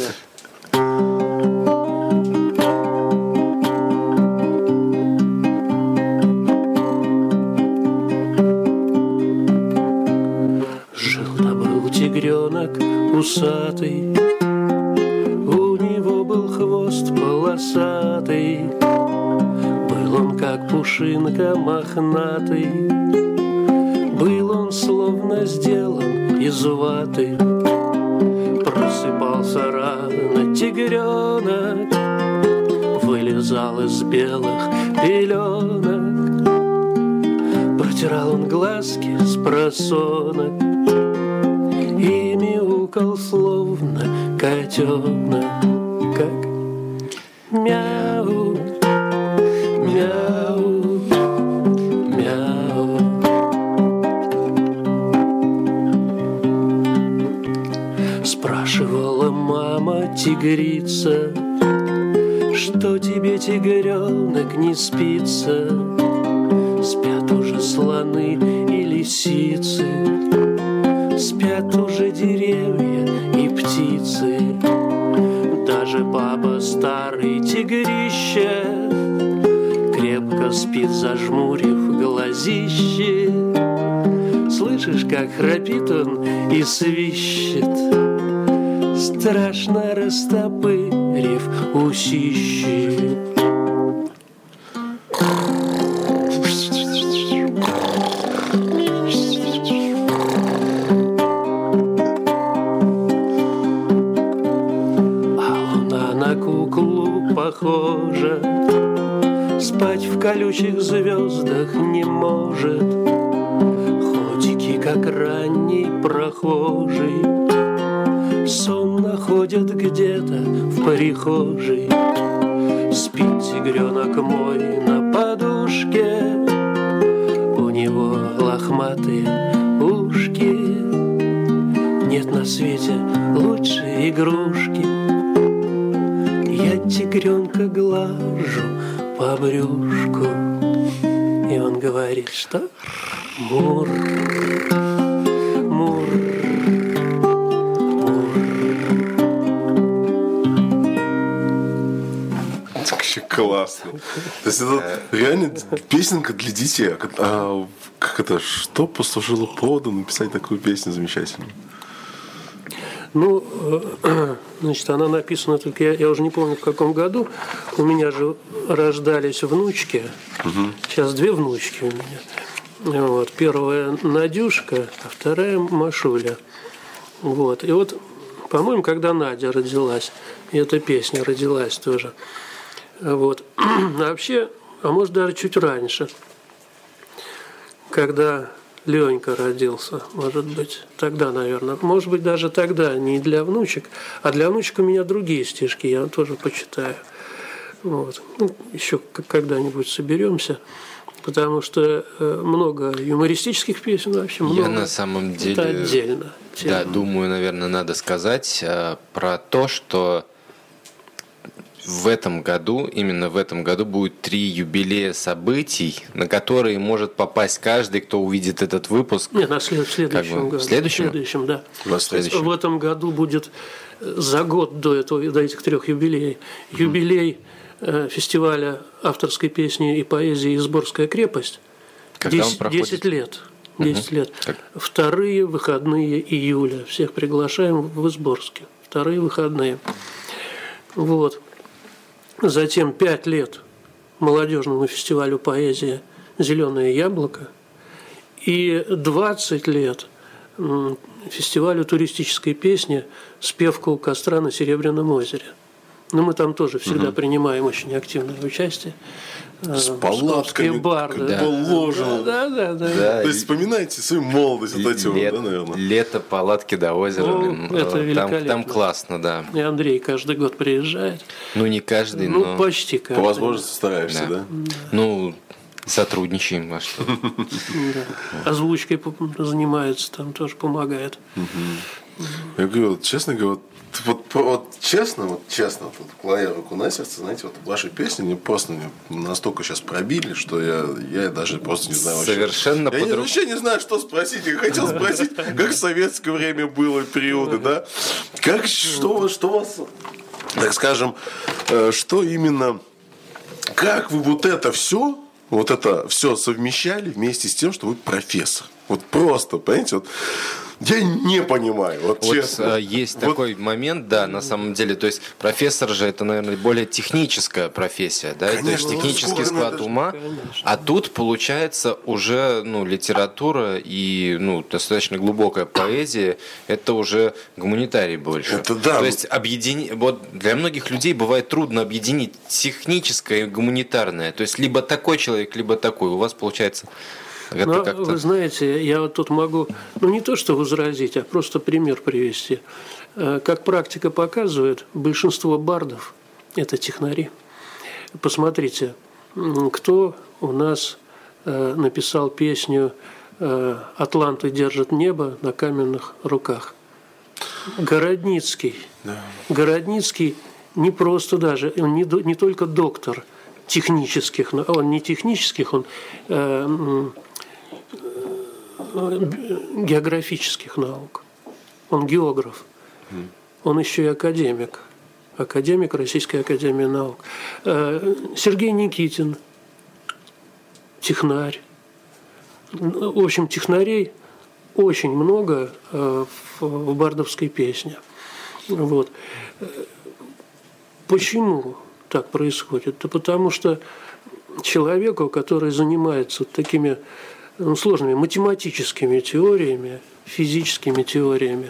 тигренок усатый, у него был хвост полосатый, был он как пушинка мохнатый, был он словно сделан из ваты. Просыпался рано тигренок, вылезал из белых пеленок, протирал он глазки с просонок и мяукал словно котенок, как мяу, мяу, мяу. Спрашивала мама тигрица, что тебе, тигренок, не спится? Спят уже слоны и лисицы, спят уже деревья и птицы, даже баба старый тигрище крепко спит, зажмурив глазище. Слышишь, как храпит он и свищет, страшно растопырив усищи. Похожа, спать в колючих звездах не может, ходики, как ранний прохожий, сон находят где-то в прихожей. Спит тигренок мой на подушке, у него лохматые ушки, нет на свете лучшей игрушки. Я тигренка глажу по брюшку, и он говорит, что мур, мур, мур. Так вообще классно. То есть это реально песенка для детей. А как это, что послужило поводом написать такую песню замечательную? Ну, значит, она написана, только я уже не помню, в каком году. У меня же рождались внучки. Сейчас 2 внучки у меня. Вот. Первая Надюшка, а вторая Машуля. Вот. И вот, по-моему, когда Надя родилась, и эта песня родилась тоже. Вот. А вообще, а может даже чуть раньше, когда Ленька родился, может быть, тогда, наверное. Может быть, даже тогда, не для внучек, а для внучек у меня другие стишки, я тоже почитаю. Вот. Ну, еще когда-нибудь соберемся, потому что много юмористических песен вообще, много. Я на самом деле... Это отдельно. Да, думаю, наверное, надо сказать про то, что в этом году, именно в этом году будет 3 юбилея событий, на которые может попасть каждый, кто увидит этот выпуск. Нет, в следующем году. В следующем? В следующем, да. В этом году будет за год до этих 3 юбилеев. Юбилей фестиваля авторской песни и поэзии «Изборская крепость». Когда он проходит? 10 лет. 10 лет. Вторые выходные июля. Всех приглашаем в Изборске. Вторые выходные. Вот. Затем 5 лет молодежному фестивалю поэзии «Зеленое яблоко» и 20 лет фестивалю туристической песни «Спевка у костра на Серебряном озере». Но мы там тоже всегда принимаем очень активное участие. С палатками, положено. Да. То есть вспоминайте свою молодость, вот эти вот, да, наверное. Лето, палатки до озера. Ну, это великолепно. Там классно, да. И Андрей каждый год приезжает. Ну, не каждый, но... но... почти каждый. По возможности стараешься, да? Ну, сотрудничаем, а что? Озвучкой занимается, там тоже помогает. Я говорю, честно говоря, вот честно, вот кладя руку на сердце, знаете, вот ваши песни мне просто настолько сейчас пробили, что я даже просто не знаю вообще. Совершенно Я вообще не знаю, что спросить. Я хотел спросить, как в советское время было, периоды, да? Что вас, так скажем, что именно, как вы вот это все совмещали вместе с тем, что вы профессор? Вот просто, понимаете, вот Я не понимаю, вот честно. Есть такой момент, да, на самом деле. То есть профессор же это, наверное, более техническая профессия, да, Конечно, то есть технический склад ума. А тут получается уже литература и достаточно глубокая поэзия. Это уже гуманитарий больше. Это да. То есть вот для многих людей бывает трудно объединить техническое и гуманитарное. То есть либо такой человек, либо такой. У вас получается. Но вы знаете, я вот тут могу, не то что возразить, а просто пример привести. Как практика показывает, большинство бардов – это технари. Посмотрите, кто у нас написал песню «Атланты держат небо на каменных руках». Городницкий. Да. Городницкий не просто даже, он не только доктор технических, он не технических, он географических наук. Он географ. Он еще и академик. Академик Российской академии наук. Сергей Никитин. Технарь. В общем, технарей очень много в бардовской песне. Вот. Почему так происходит? Да потому что человеку, который занимается такими сложными математическими теориями, физическими теориями,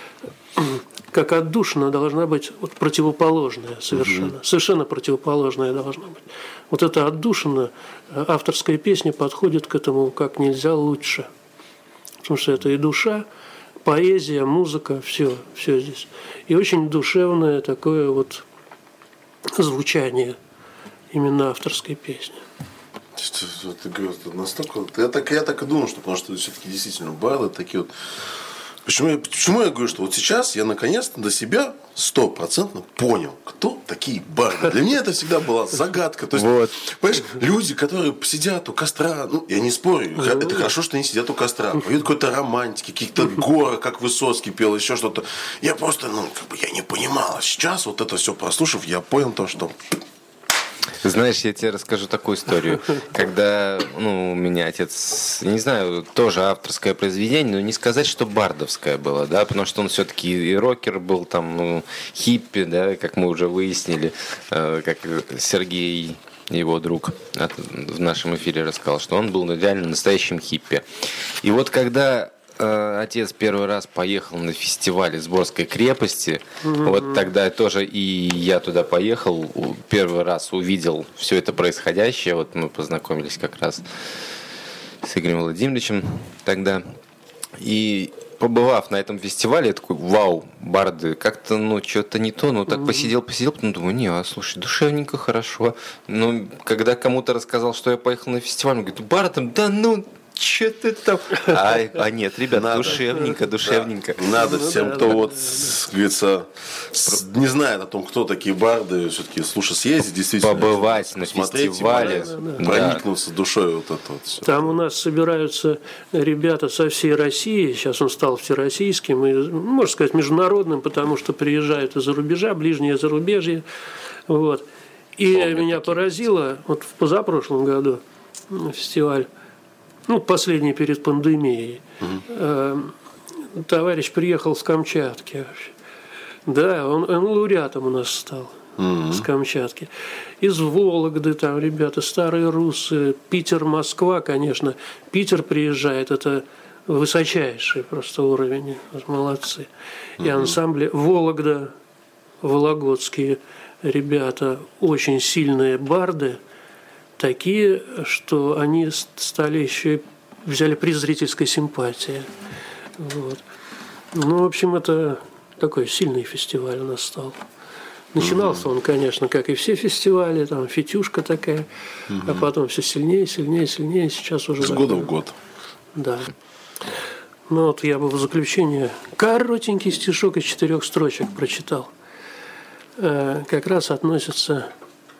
как отдушина должна быть противоположная совершенно. Совершенно противоположная должна быть. Вот эта отдушина, авторская песня подходит к этому как нельзя лучше. Потому что это и душа, поэзия, музыка, все здесь. И очень душевное такое вот звучание именно авторской песни. Ты говоришь, настолько. Я так и думал, что потому что все-таки действительно барды такие вот. Почему я говорю, что вот сейчас я наконец-то до себя 100% понял, кто такие барды. Для меня это всегда была загадка. То есть, понимаешь, люди, которые сидят у костра, я не спорю, это хорошо, что они сидят у костра, поют какой-то романтики, каких-то горы, как Высоцкий пел, еще что-то. Я просто, я не понимал. А сейчас вот это все прослушав, я понял то, что... Знаешь, я тебе расскажу такую историю. Когда, у меня отец, не знаю, тоже авторское произведение, но не сказать, что бардовское было, да, потому что он все-таки и рокер был, там, хиппи, да, как мы уже выяснили, как Сергей, его друг, в нашем эфире рассказал, что он был реально настоящим хиппи. И вот когда отец первый раз поехал на фестиваль Изборской крепости. Вот тогда тоже и я туда поехал. Первый раз увидел все это происходящее. Вот мы познакомились как раз с Игорем Владимировичем тогда. И побывав на этом фестивале, я такой, вау, барды, как-то, что-то не то, так посидел, потом думаю, слушай, душевненько, хорошо. Но когда кому-то рассказал, что я поехал на фестиваль, он говорит, бардом, да что ты там? Нет, ребят, надо, душевненько. Да. Надо всем, кто говорится, не знает о том, кто такие барды, все-таки съездить, действительно. Побывать на фестивале. Проникнуться душой вот это вот все. Там у нас собираются ребята со всей России, сейчас он стал всероссийским, и, можно сказать, международным, потому что приезжают из-за рубежа, ближнее зарубежье. Вот. И меня поразило, вот в позапрошлом году фестиваль, последний перед пандемией. Товарищ приехал с Камчатки. Да, он лауреатом у нас стал с Камчатки. Из Вологды там ребята, старые русы, Питер, Москва, конечно. Питер приезжает, это высочайший просто уровень, молодцы. И ансамбли Вологда, вологодские ребята, очень сильные барды, такие, что они стали еще и взяли приз зрительской симпатии. Вот. В общем, это такой сильный фестиваль у нас стал. Начинался он, конечно, как и все фестивали, там фитюшка такая, а потом все сильнее, сейчас уже... С года в год. Да. Я бы в заключение коротенький стишок из 4 строчек прочитал. Как раз относится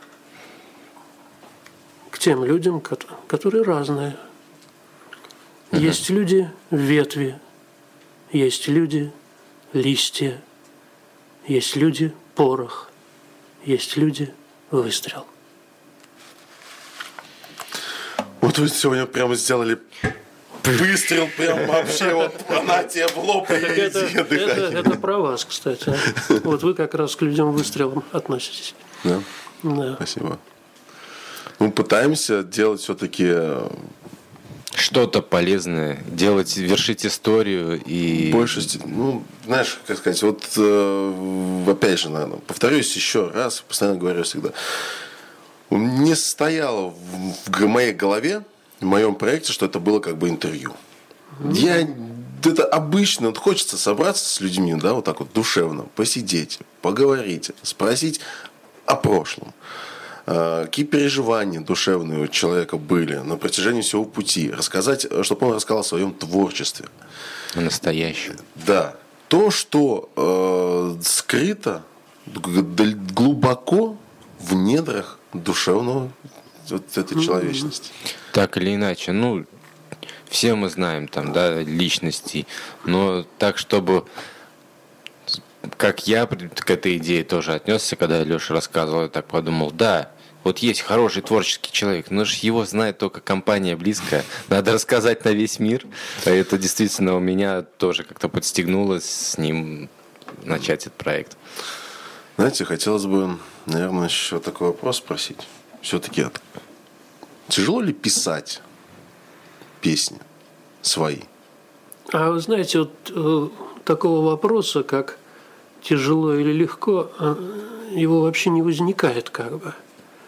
к тем людям, которые разные. Есть люди – ветви, есть люди – листья, есть люди – порох, есть люди – выстрел. Вот вы сегодня прямо сделали выстрел прям вообще вот понятие в лоб. Это про вас, кстати. Вот вы как раз к людям выстрелом относитесь. Да? Да. Спасибо. Мы пытаемся делать все-таки что-то полезное, вершить историю и... больше, ну, знаешь, как сказать, вот опять же, наверное, повторюсь еще раз, постоянно говорю всегда, не стояло в моей голове, в моем проекте, что это было как бы интервью. Это обычно, вот хочется собраться с людьми, да, вот так вот душевно, посидеть, поговорить, спросить о прошлом. Какие переживания душевные у человека были на протяжении всего пути. Рассказать, чтобы он рассказал о своем творчестве. О настоящем. Да. То, что скрыто глубоко в недрах душевного вот этой человечности. Так или иначе, ну, все мы знаем там, да, личностей, но так, чтобы... Как я к этой идее тоже отнесся, когда Леша рассказывал, я так подумал, да, вот есть хороший творческий человек, но же его знает только компания близкая. Надо рассказать на весь мир. А это действительно у меня тоже как-то подстегнуло с ним начать этот проект. Знаете, хотелось бы, наверное, еще такой вопрос спросить. Все-таки тяжело ли писать песни свои? А вы знаете, вот такого вопроса, как тяжело или легко, его вообще не возникает как бы.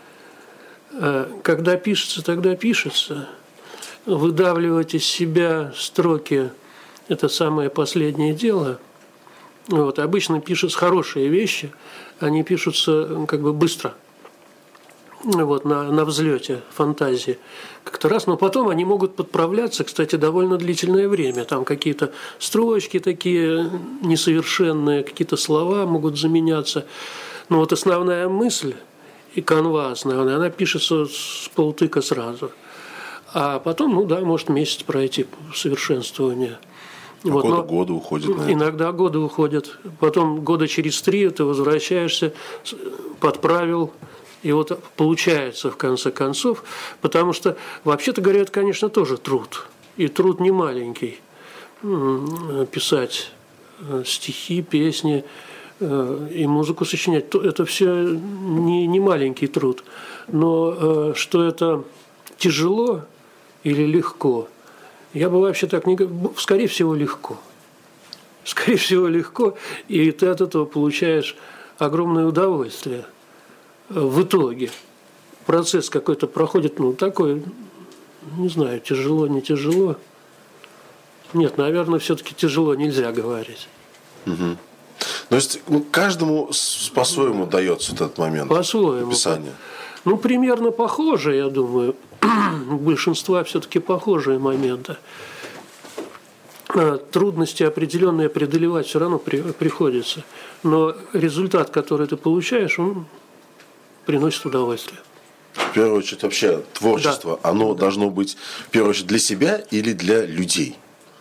Когда пишется, тогда пишется. Выдавливать из себя строки – это самое последнее дело. Вот, обычно пишутся хорошие вещи, они пишутся как бы быстро, вот, на взлете фантазии как-то раз, но потом они могут подправляться, кстати, довольно длительное время. Там какие-то строчки такие несовершенные, какие-то слова могут заменяться. Но вот основная мысль и канва основная, она пишется с полтыка сразу. А потом, ну да, может месяц пройти совершенствование. Вот, годы уходят на это. Иногда годы уходят. Потом года через 3 ты возвращаешься, подправил, и вот получается в конце концов. Потому что, вообще-то говоря, это, конечно, тоже труд. И труд не маленький. Писать стихи, песни и музыку сочинять. Это все не маленький труд. Но что это тяжело или легко – я бы вообще так не говорил. Скорее всего, легко. Скорее всего, легко. И ты от этого получаешь огромное удовольствие. В итоге процесс какой-то проходит, ну, такой, не знаю, тяжело, не тяжело. Нет, наверное, все-таки тяжело нельзя говорить. Угу. То есть каждому по-своему дается этот момент по-своему. написания. Ну, примерно похоже, я думаю. У большинства все-таки похожие моменты. Трудности определенные преодолевать все равно приходится. Но результат, который ты получаешь, он приносит удовольствие. В первую очередь, вообще творчество, да. Оно должно быть, в первую очередь, для себя или для людей?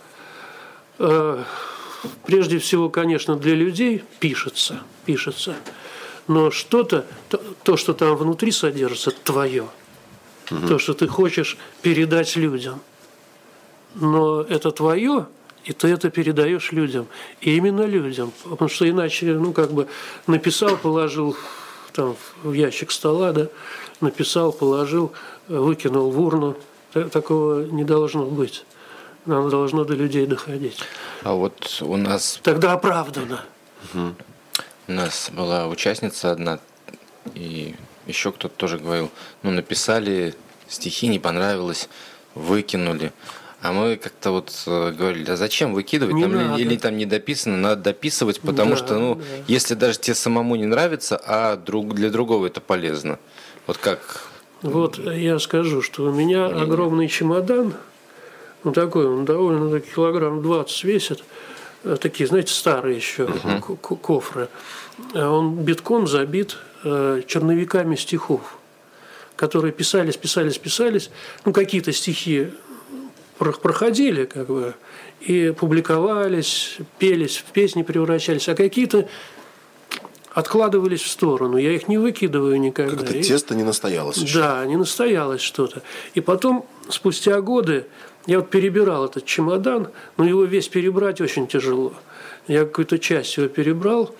Прежде всего, конечно, для людей пишется. Но что-то, то, что там внутри содержится, твое. То, что ты хочешь передать людям. Но это твое, и ты это передаешь людям. И именно людям. Потому что иначе, ну, как бы написал, положил там в ящик стола, да, написал, положил, выкинул в урну. Такого не должно быть. Оно должно до людей доходить. А вот у нас... Тогда оправдано. У нас была участница одна, и еще кто-то тоже говорил, ну, написали стихи, не понравилось, выкинули. А мы как-то вот говорили, а зачем выкидывать? Не там, надо. Или там не дописано, надо дописывать, потому что, ну, если даже тебе самому не нравится, а для другого это полезно. Вот как... Вот я скажу, что у меня огромный чемодан, ну, такой, он довольно килограмм 20 весит, такие, знаете, старые еще кофры. Он битком забит черновиками стихов, которые писались. Ну, какие-то стихи проходили, как бы, и публиковались, пелись, в песни превращались, а какие-то откладывались в сторону. Я их не выкидываю никогда. Как-то тесто не настоялось еще. Да, не настоялось что-то. И потом, спустя годы, Я вот перебирал этот чемодан, но его весь перебрать очень тяжело. Я какую-то часть его перебрал,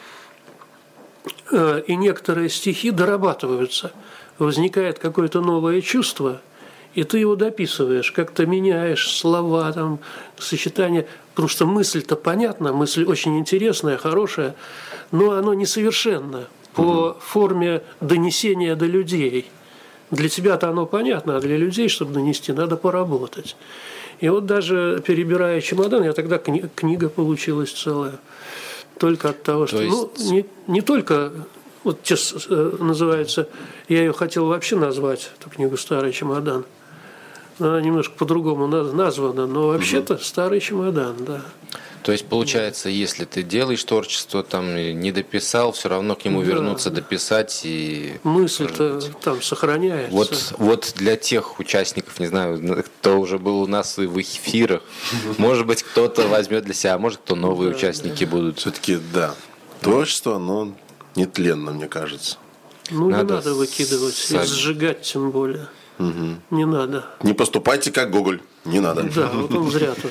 и некоторые стихи дорабатываются. Возникает какое-то новое чувство, и ты его дописываешь, как-то меняешь слова, там, сочетания. Потому что мысль-то понятна, мысль очень интересная, хорошая, но оно несовершенно по форме донесения до людей. Для тебя-то оно понятно, а для людей, чтобы донести, надо поработать. И вот даже перебирая чемодан, я тогда книга получилась целая. Только от того, что... есть... не только... Вот называется... Я ее хотел вообще назвать, эту книгу «Старый чемодан». Она немножко по-другому названа, но вообще-то «Старый чемодан», да. То есть, получается, если ты делаешь творчество, там не дописал, все равно к нему вернуться, дописать и... Мысль-то там сохраняется. Вот для тех участников, не знаю, кто уже был у нас и в эфирах, может быть, кто-то возьмет для себя, а может, кто новые участники будут. Все-таки, да, творчество, оно нетленно, мне кажется. Ну, не надо выкидывать, и сжигать тем более. Не надо. Не поступайте, как Гоголь, не надо. Да, вот он зря тоже...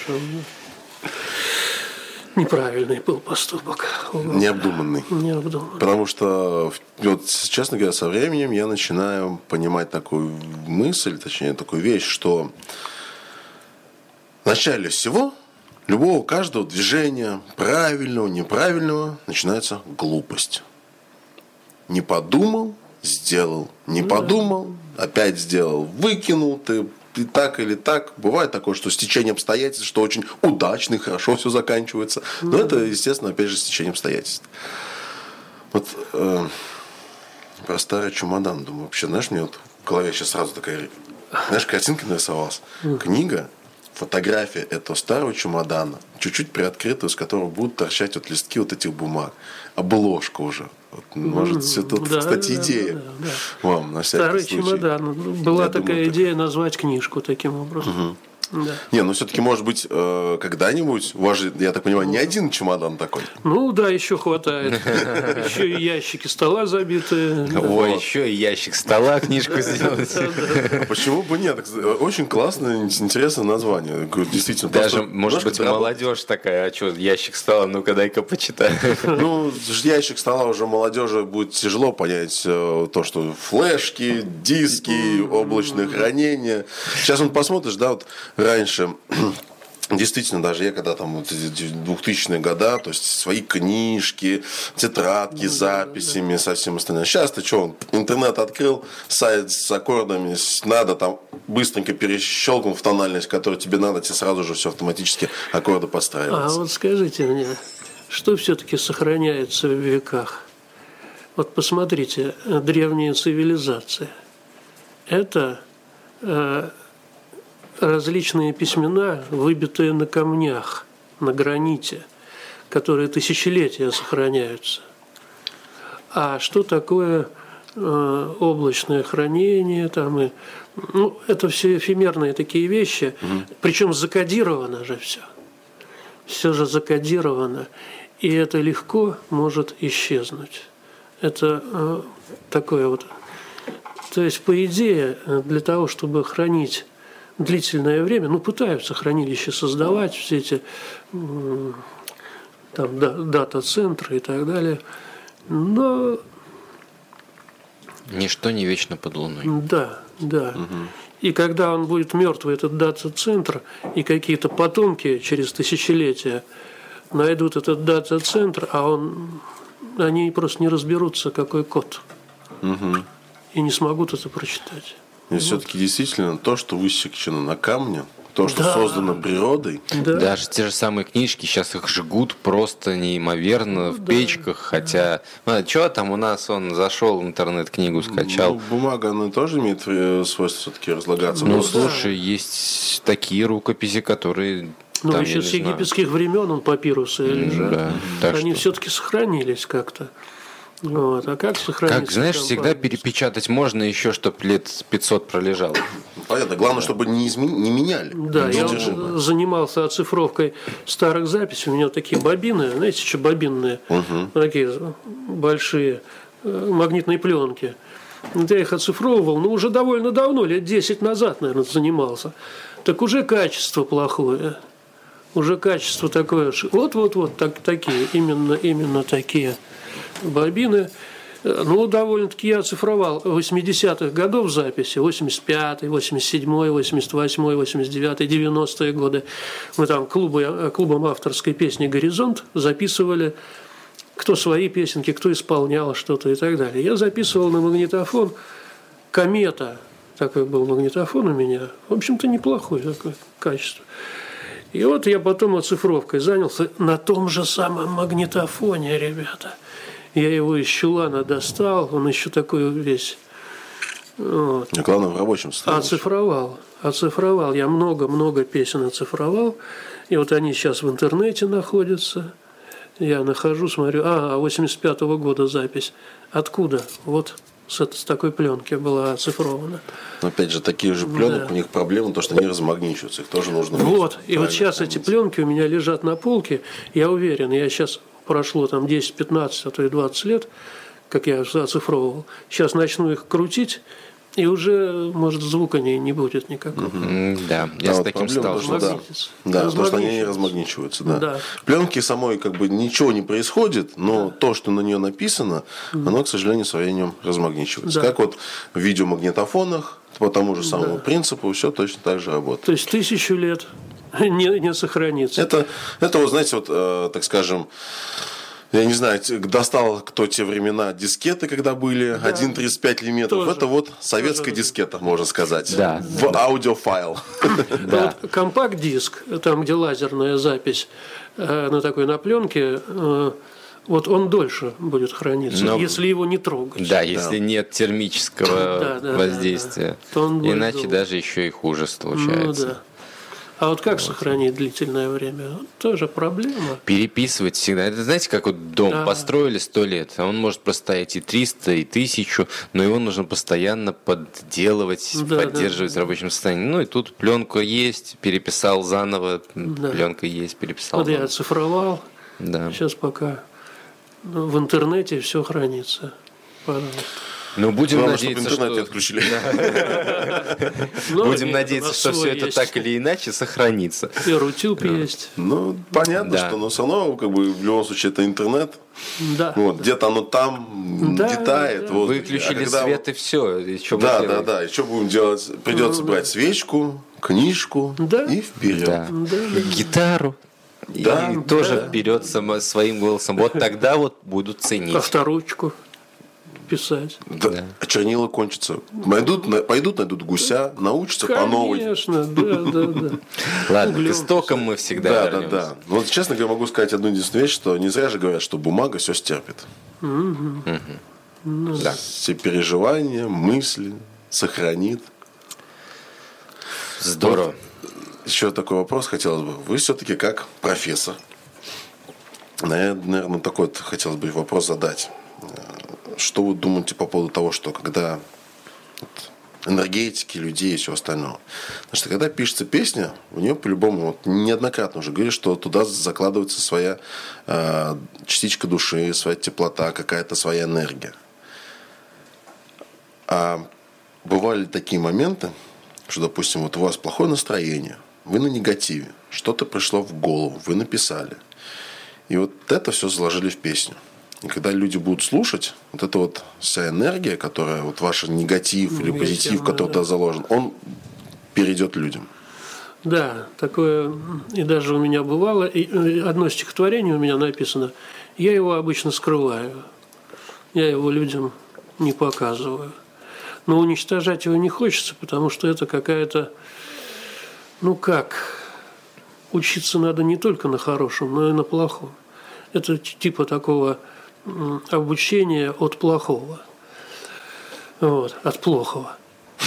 Неправильный был поступок. Необдуманный. Потому что, вот, честно говоря, со временем я начинаю понимать такую мысль, точнее, такую вещь, что в начале всего любого, каждого движения, правильного, неправильного, начинается глупость. Не подумал, сделал. Не подумал, опять сделал. Выкинул ты. И так или так. Бывает такое, что стечение обстоятельств, что очень удачно и хорошо все заканчивается. Но это, естественно, опять же, стечение обстоятельств. Вот про старый чемодан думаю. Вообще, знаешь, мне вот в голове сейчас сразу такая, знаешь, картинка нарисовалась. Книга, фотография этого старого чемодана, чуть-чуть приоткрытую, с которого будут торчать вот листки вот этих бумаг. Обложка уже. Вот, может, это, кстати, идея вам на всякий Старый случай. чемодан. Была такая идея назвать книжку таким образом. Да. Не, ну все-таки, может быть, когда-нибудь, у вас же, я так понимаю, не один чемодан такой. Ну да, еще хватает. Еще и ящики стола забиты. Ой, еще и ящик стола, книжку сделать. Почему бы нет? Очень классное, интересное название. Действительно. Даже, может быть, молодежь такая, а что, ящик стола, ну-ка дай-ка почитай. Ну, ящик стола уже молодежи будет тяжело понять то, что флешки, диски, облачное хранение. Сейчас он посмотришь, да, вот раньше, действительно, даже я когда там вот 2000-е годы, то есть свои книжки, тетрадки с записями, со всем остальным. Сейчас ты что, интернет открыл, сайт с аккордами, надо там быстренько перещелкнул в тональность, которую тебе надо, тебе сразу же все автоматически аккорды подстраиваются. А вот скажите мне, что все-таки сохраняется в веках? Вот посмотрите, древние цивилизации. Это различные письмена, выбитые на камнях, на граните, которые тысячелетия сохраняются. А что такое облачное хранение? Там и, ну, это все эфемерные такие вещи, причем закодировано же все. Все же закодировано, и это легко может исчезнуть. Это такое вот. То есть, по идее, для того, чтобы хранить длительное время, ну, пытаются хранилища создавать, все эти там дата-центры и так далее, но... Ничто не вечно под луной. Да, да. И когда он будет мертвый, этот дата-центр, и какие-то потомки через тысячелетия найдут этот дата-центр, а они просто не разберутся, какой код. И не смогут это прочитать. И все-таки действительно то, что высечено на камне, то, что создано природой. Да. Даже те же самые книжки, сейчас их жгут просто неимоверно в печках, хотя... Ну, что там у нас, он зашел в интернет, книгу скачал. Ну, бумага, она тоже имеет свойство все-таки разлагаться. Ну, слушай, есть такие рукописи, которые... Ну, там, еще с египетских времен папирусы лежат. Да, они все-таки сохранились как-то. Вот. А как сохранить? Как, знаешь, всегда перепечатать можно еще, чтобы лет 500 пролежало. Понятно. Главное, чтобы не меняли. Да, я занимался оцифровкой старых записей. У меня такие бобины, знаете, еще бобинные, такие большие магнитные пленки. Я их оцифровывал, но уже довольно давно, лет 10 назад, наверное, занимался. Так уже качество плохое. Уже качество такое. Такие, именно такие бобины. Ну, довольно-таки я оцифровал 80-х годов записи, 85-й, 87-й, 88-й, 89-й, 90-е годы. Мы там клубом авторской песни «Горизонт» записывали, кто свои песенки, кто исполнял что-то и так далее. Я записывал на магнитофон «Комета». Такой был магнитофон у меня. В общем-то, неплохое такое качество. И вот я потом оцифровкой занялся на том же самом магнитофоне, ребята. Я его из чулана достал, он еще такой весь. Вот. А главное, в рабочем состоянии. Оцифровал. Я много песен оцифровал. И вот они сейчас в интернете находятся. Я нахожу, смотрю, 85-го года запись. Откуда? Вот с такой пленки была оцифрована. Но опять же, такие же пленок, у них проблема, то, что они размагничиваются, их тоже нужно. Вот, и вот сейчас эти пленки у меня лежат на полке, я уверен, я сейчас прошло там 10, 15, а то и 20 лет, как я оцифровывал, сейчас начну их крутить, и уже, может, звука не будет никакого. Да, я с таким сталкивался. Да, потому что они не размагничиваются. Да. Пленки самой как бы ничего не происходит, но то, что на нее написано, оно, к сожалению, со временем размагничивается. Как вот в видеомагнитофонах, по тому же самому принципу, все точно так же работает. То есть 1000 лет не сохранится. Это вот, знаете, вот, так скажем, я не знаю, достал кто те времена дискеты, когда были 1,35 миллиметров. Тоже. Это вот советская дискета, можно сказать. Да. В аудиофайл. Вот компакт-диск, там, где лазерная запись на пленке, вот он дольше будет храниться, если его не трогать. Да, если нет термического воздействия. Иначе даже еще и хуже случается. Ну, да. А вот как сохранить длительное время? Тоже проблема. Переписывать всегда. Это знаете, как вот дом построили 100 лет, а он может простоять и 300, и 1000, но его нужно постоянно подделывать, поддерживать в рабочем состоянии. Ну и тут пленка есть, переписал заново, пленка есть, переписал Вот заново. я оцифровал. Да. Сейчас пока в интернете все хранится. Пожалуйста. Ну, будем Главное, надеяться, чтобы интернет что... отключили. Будем надеяться, что все это так или иначе сохранится. И Рутюб есть. Ну, понятно, что, но все равно, как бы, в любом случае, это интернет. Да. Вот, где-то оно там летает. Вот. Выключили свет и все. И что Да. И что будем делать? Придется брать свечку, книжку и вперед. Да. Гитару. И тоже вперед своим голосом. Вот тогда вот будут ценить. Авторучку писать. Да. А чернила кончатся. Пойдут, найдут гуся, научатся по новой. Конечно, да. Ладно, к истокам мы всегда вернемся. Да. Вот, честно говоря, могу сказать одну единственную вещь, что не зря же говорят, что бумага все стерпит. Да. Все переживания, мысли сохранит. Здорово. Вот, еще такой вопрос хотелось бы. Вы все-таки как профессор. Наверное, такой вот хотелось бы вопрос задать. Что вы думаете по поводу того, что когда энергетики, людей и все остальное. Потому что когда пишется песня, у нее по-любому, вот, неоднократно уже говорили, что туда закладывается своя частичка души, своя теплота, какая-то своя энергия. А бывали такие моменты, что, допустим, вот у вас плохое настроение, вы на негативе, что-то пришло в голову, вы написали. И вот это все заложили в песню. И когда люди будут слушать, вот эта вот вся энергия, которая, вот ваш негатив или позитив, который туда заложен, он перейдет людям. Да, такое и даже у меня бывало. И одно стихотворение у меня написано. Я его обычно скрываю. Я его людям не показываю. Но уничтожать его не хочется, потому что это какая-то... Учиться надо не только на хорошем, но и на плохом. Это типа такого обучения от плохого. От плохого.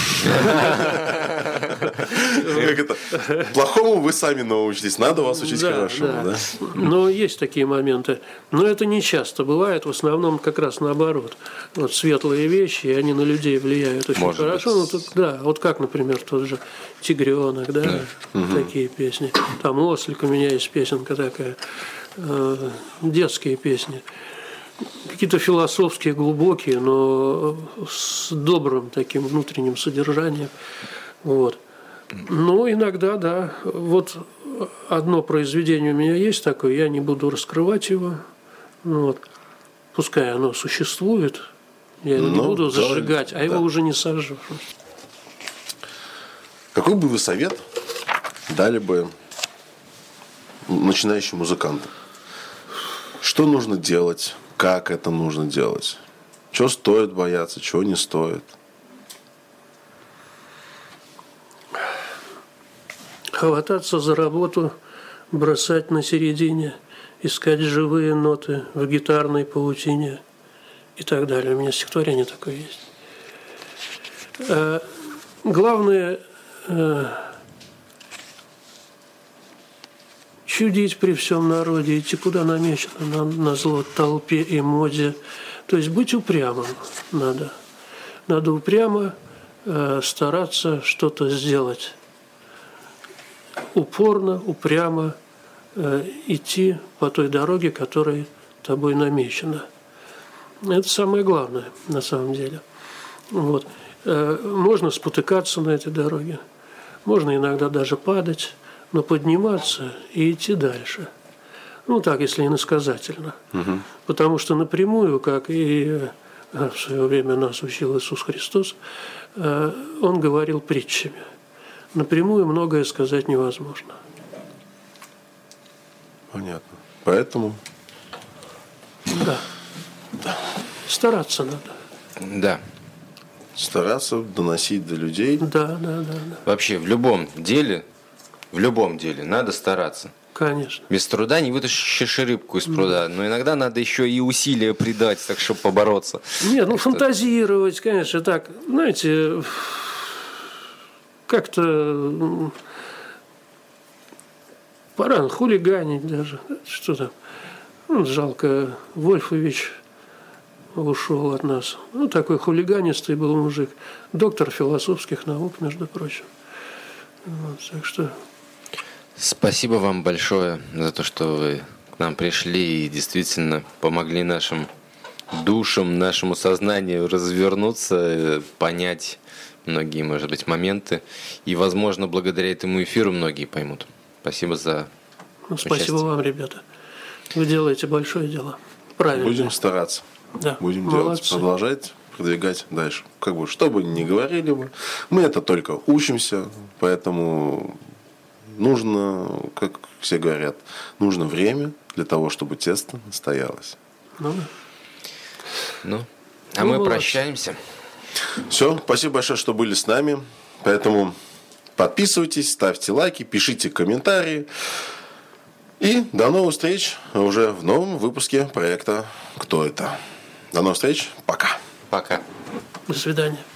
Как это? Плохому вы сами научитесь, надо вас учить хорошему. Да? Но есть такие моменты. Но это не часто бывает, в основном как раз наоборот. Вот светлые вещи, они на людей влияют очень хорошо. Вот как, например, тот же «Тигренок», такие песни. Там «Ослик» у меня есть песенка такая, детские песни. Какие-то философские, глубокие, но с добрым таким внутренним содержанием. Вот. Ну, иногда, да. Вот одно произведение у меня есть такое, я не буду раскрывать его. Ну, вот. Пускай оно существует, я его не буду зажигать, а его уже не сожжу. Какой бы вы совет дали бы начинающим музыкантам? Что нужно делать? Как это нужно делать? Чего стоит бояться, чего не стоит? Хвататься за работу, бросать на середине, искать живые ноты в гитарной паутине и так далее. У меня стихотворение такое есть. Главное чудить при всем народе, идти куда намечено, на зло толпе и моде. То есть быть упрямым надо. Надо упрямо стараться что-то сделать. Упорно, упрямо идти по той дороге, которая тобой намечена. Это самое главное на самом деле. Вот. Можно спотыкаться на этой дороге, можно иногда даже падать, но подниматься и идти дальше. Ну так, если иносказательно. Потому что напрямую, как и в свое время нас учил Иисус Христос, Он говорил притчами. Напрямую многое сказать невозможно. Понятно. Поэтому... Да. Стараться надо. Да. Стараться доносить до людей. Да. Вообще в любом деле надо стараться. Конечно. Без труда не вытащишь рыбку из пруда, но иногда надо еще и усилия придать, так чтобы побороться. Нет, фантазировать, конечно, так, знаете, как-то пора хулиганить даже. Что там? Жалко, Вольфович ушел от нас. Такой хулиганистый был мужик. Доктор философских наук, между прочим. Так что... Спасибо вам большое за то, что вы к нам пришли и действительно помогли нашим душам, нашему сознанию развернуться, понять многие, может быть, моменты. И, возможно, благодаря этому эфиру многие поймут. Спасибо за Спасибо участие. вам, ребята. Вы делаете большое дело. Правильно. Будем стараться. Да. Будем Молодцы. делать, продолжать, продвигать дальше. Что бы ни говорили мы, мы это только учимся, поэтому нужно, как все говорят, нужно время для того, чтобы тесто настоялось. Мы молодцы. Прощаемся. Все, спасибо большое, что были с нами. Поэтому подписывайтесь, ставьте лайки, пишите комментарии. И до новых встреч уже в новом выпуске проекта «Кто это?». До новых встреч. Пока. Пока. До свидания.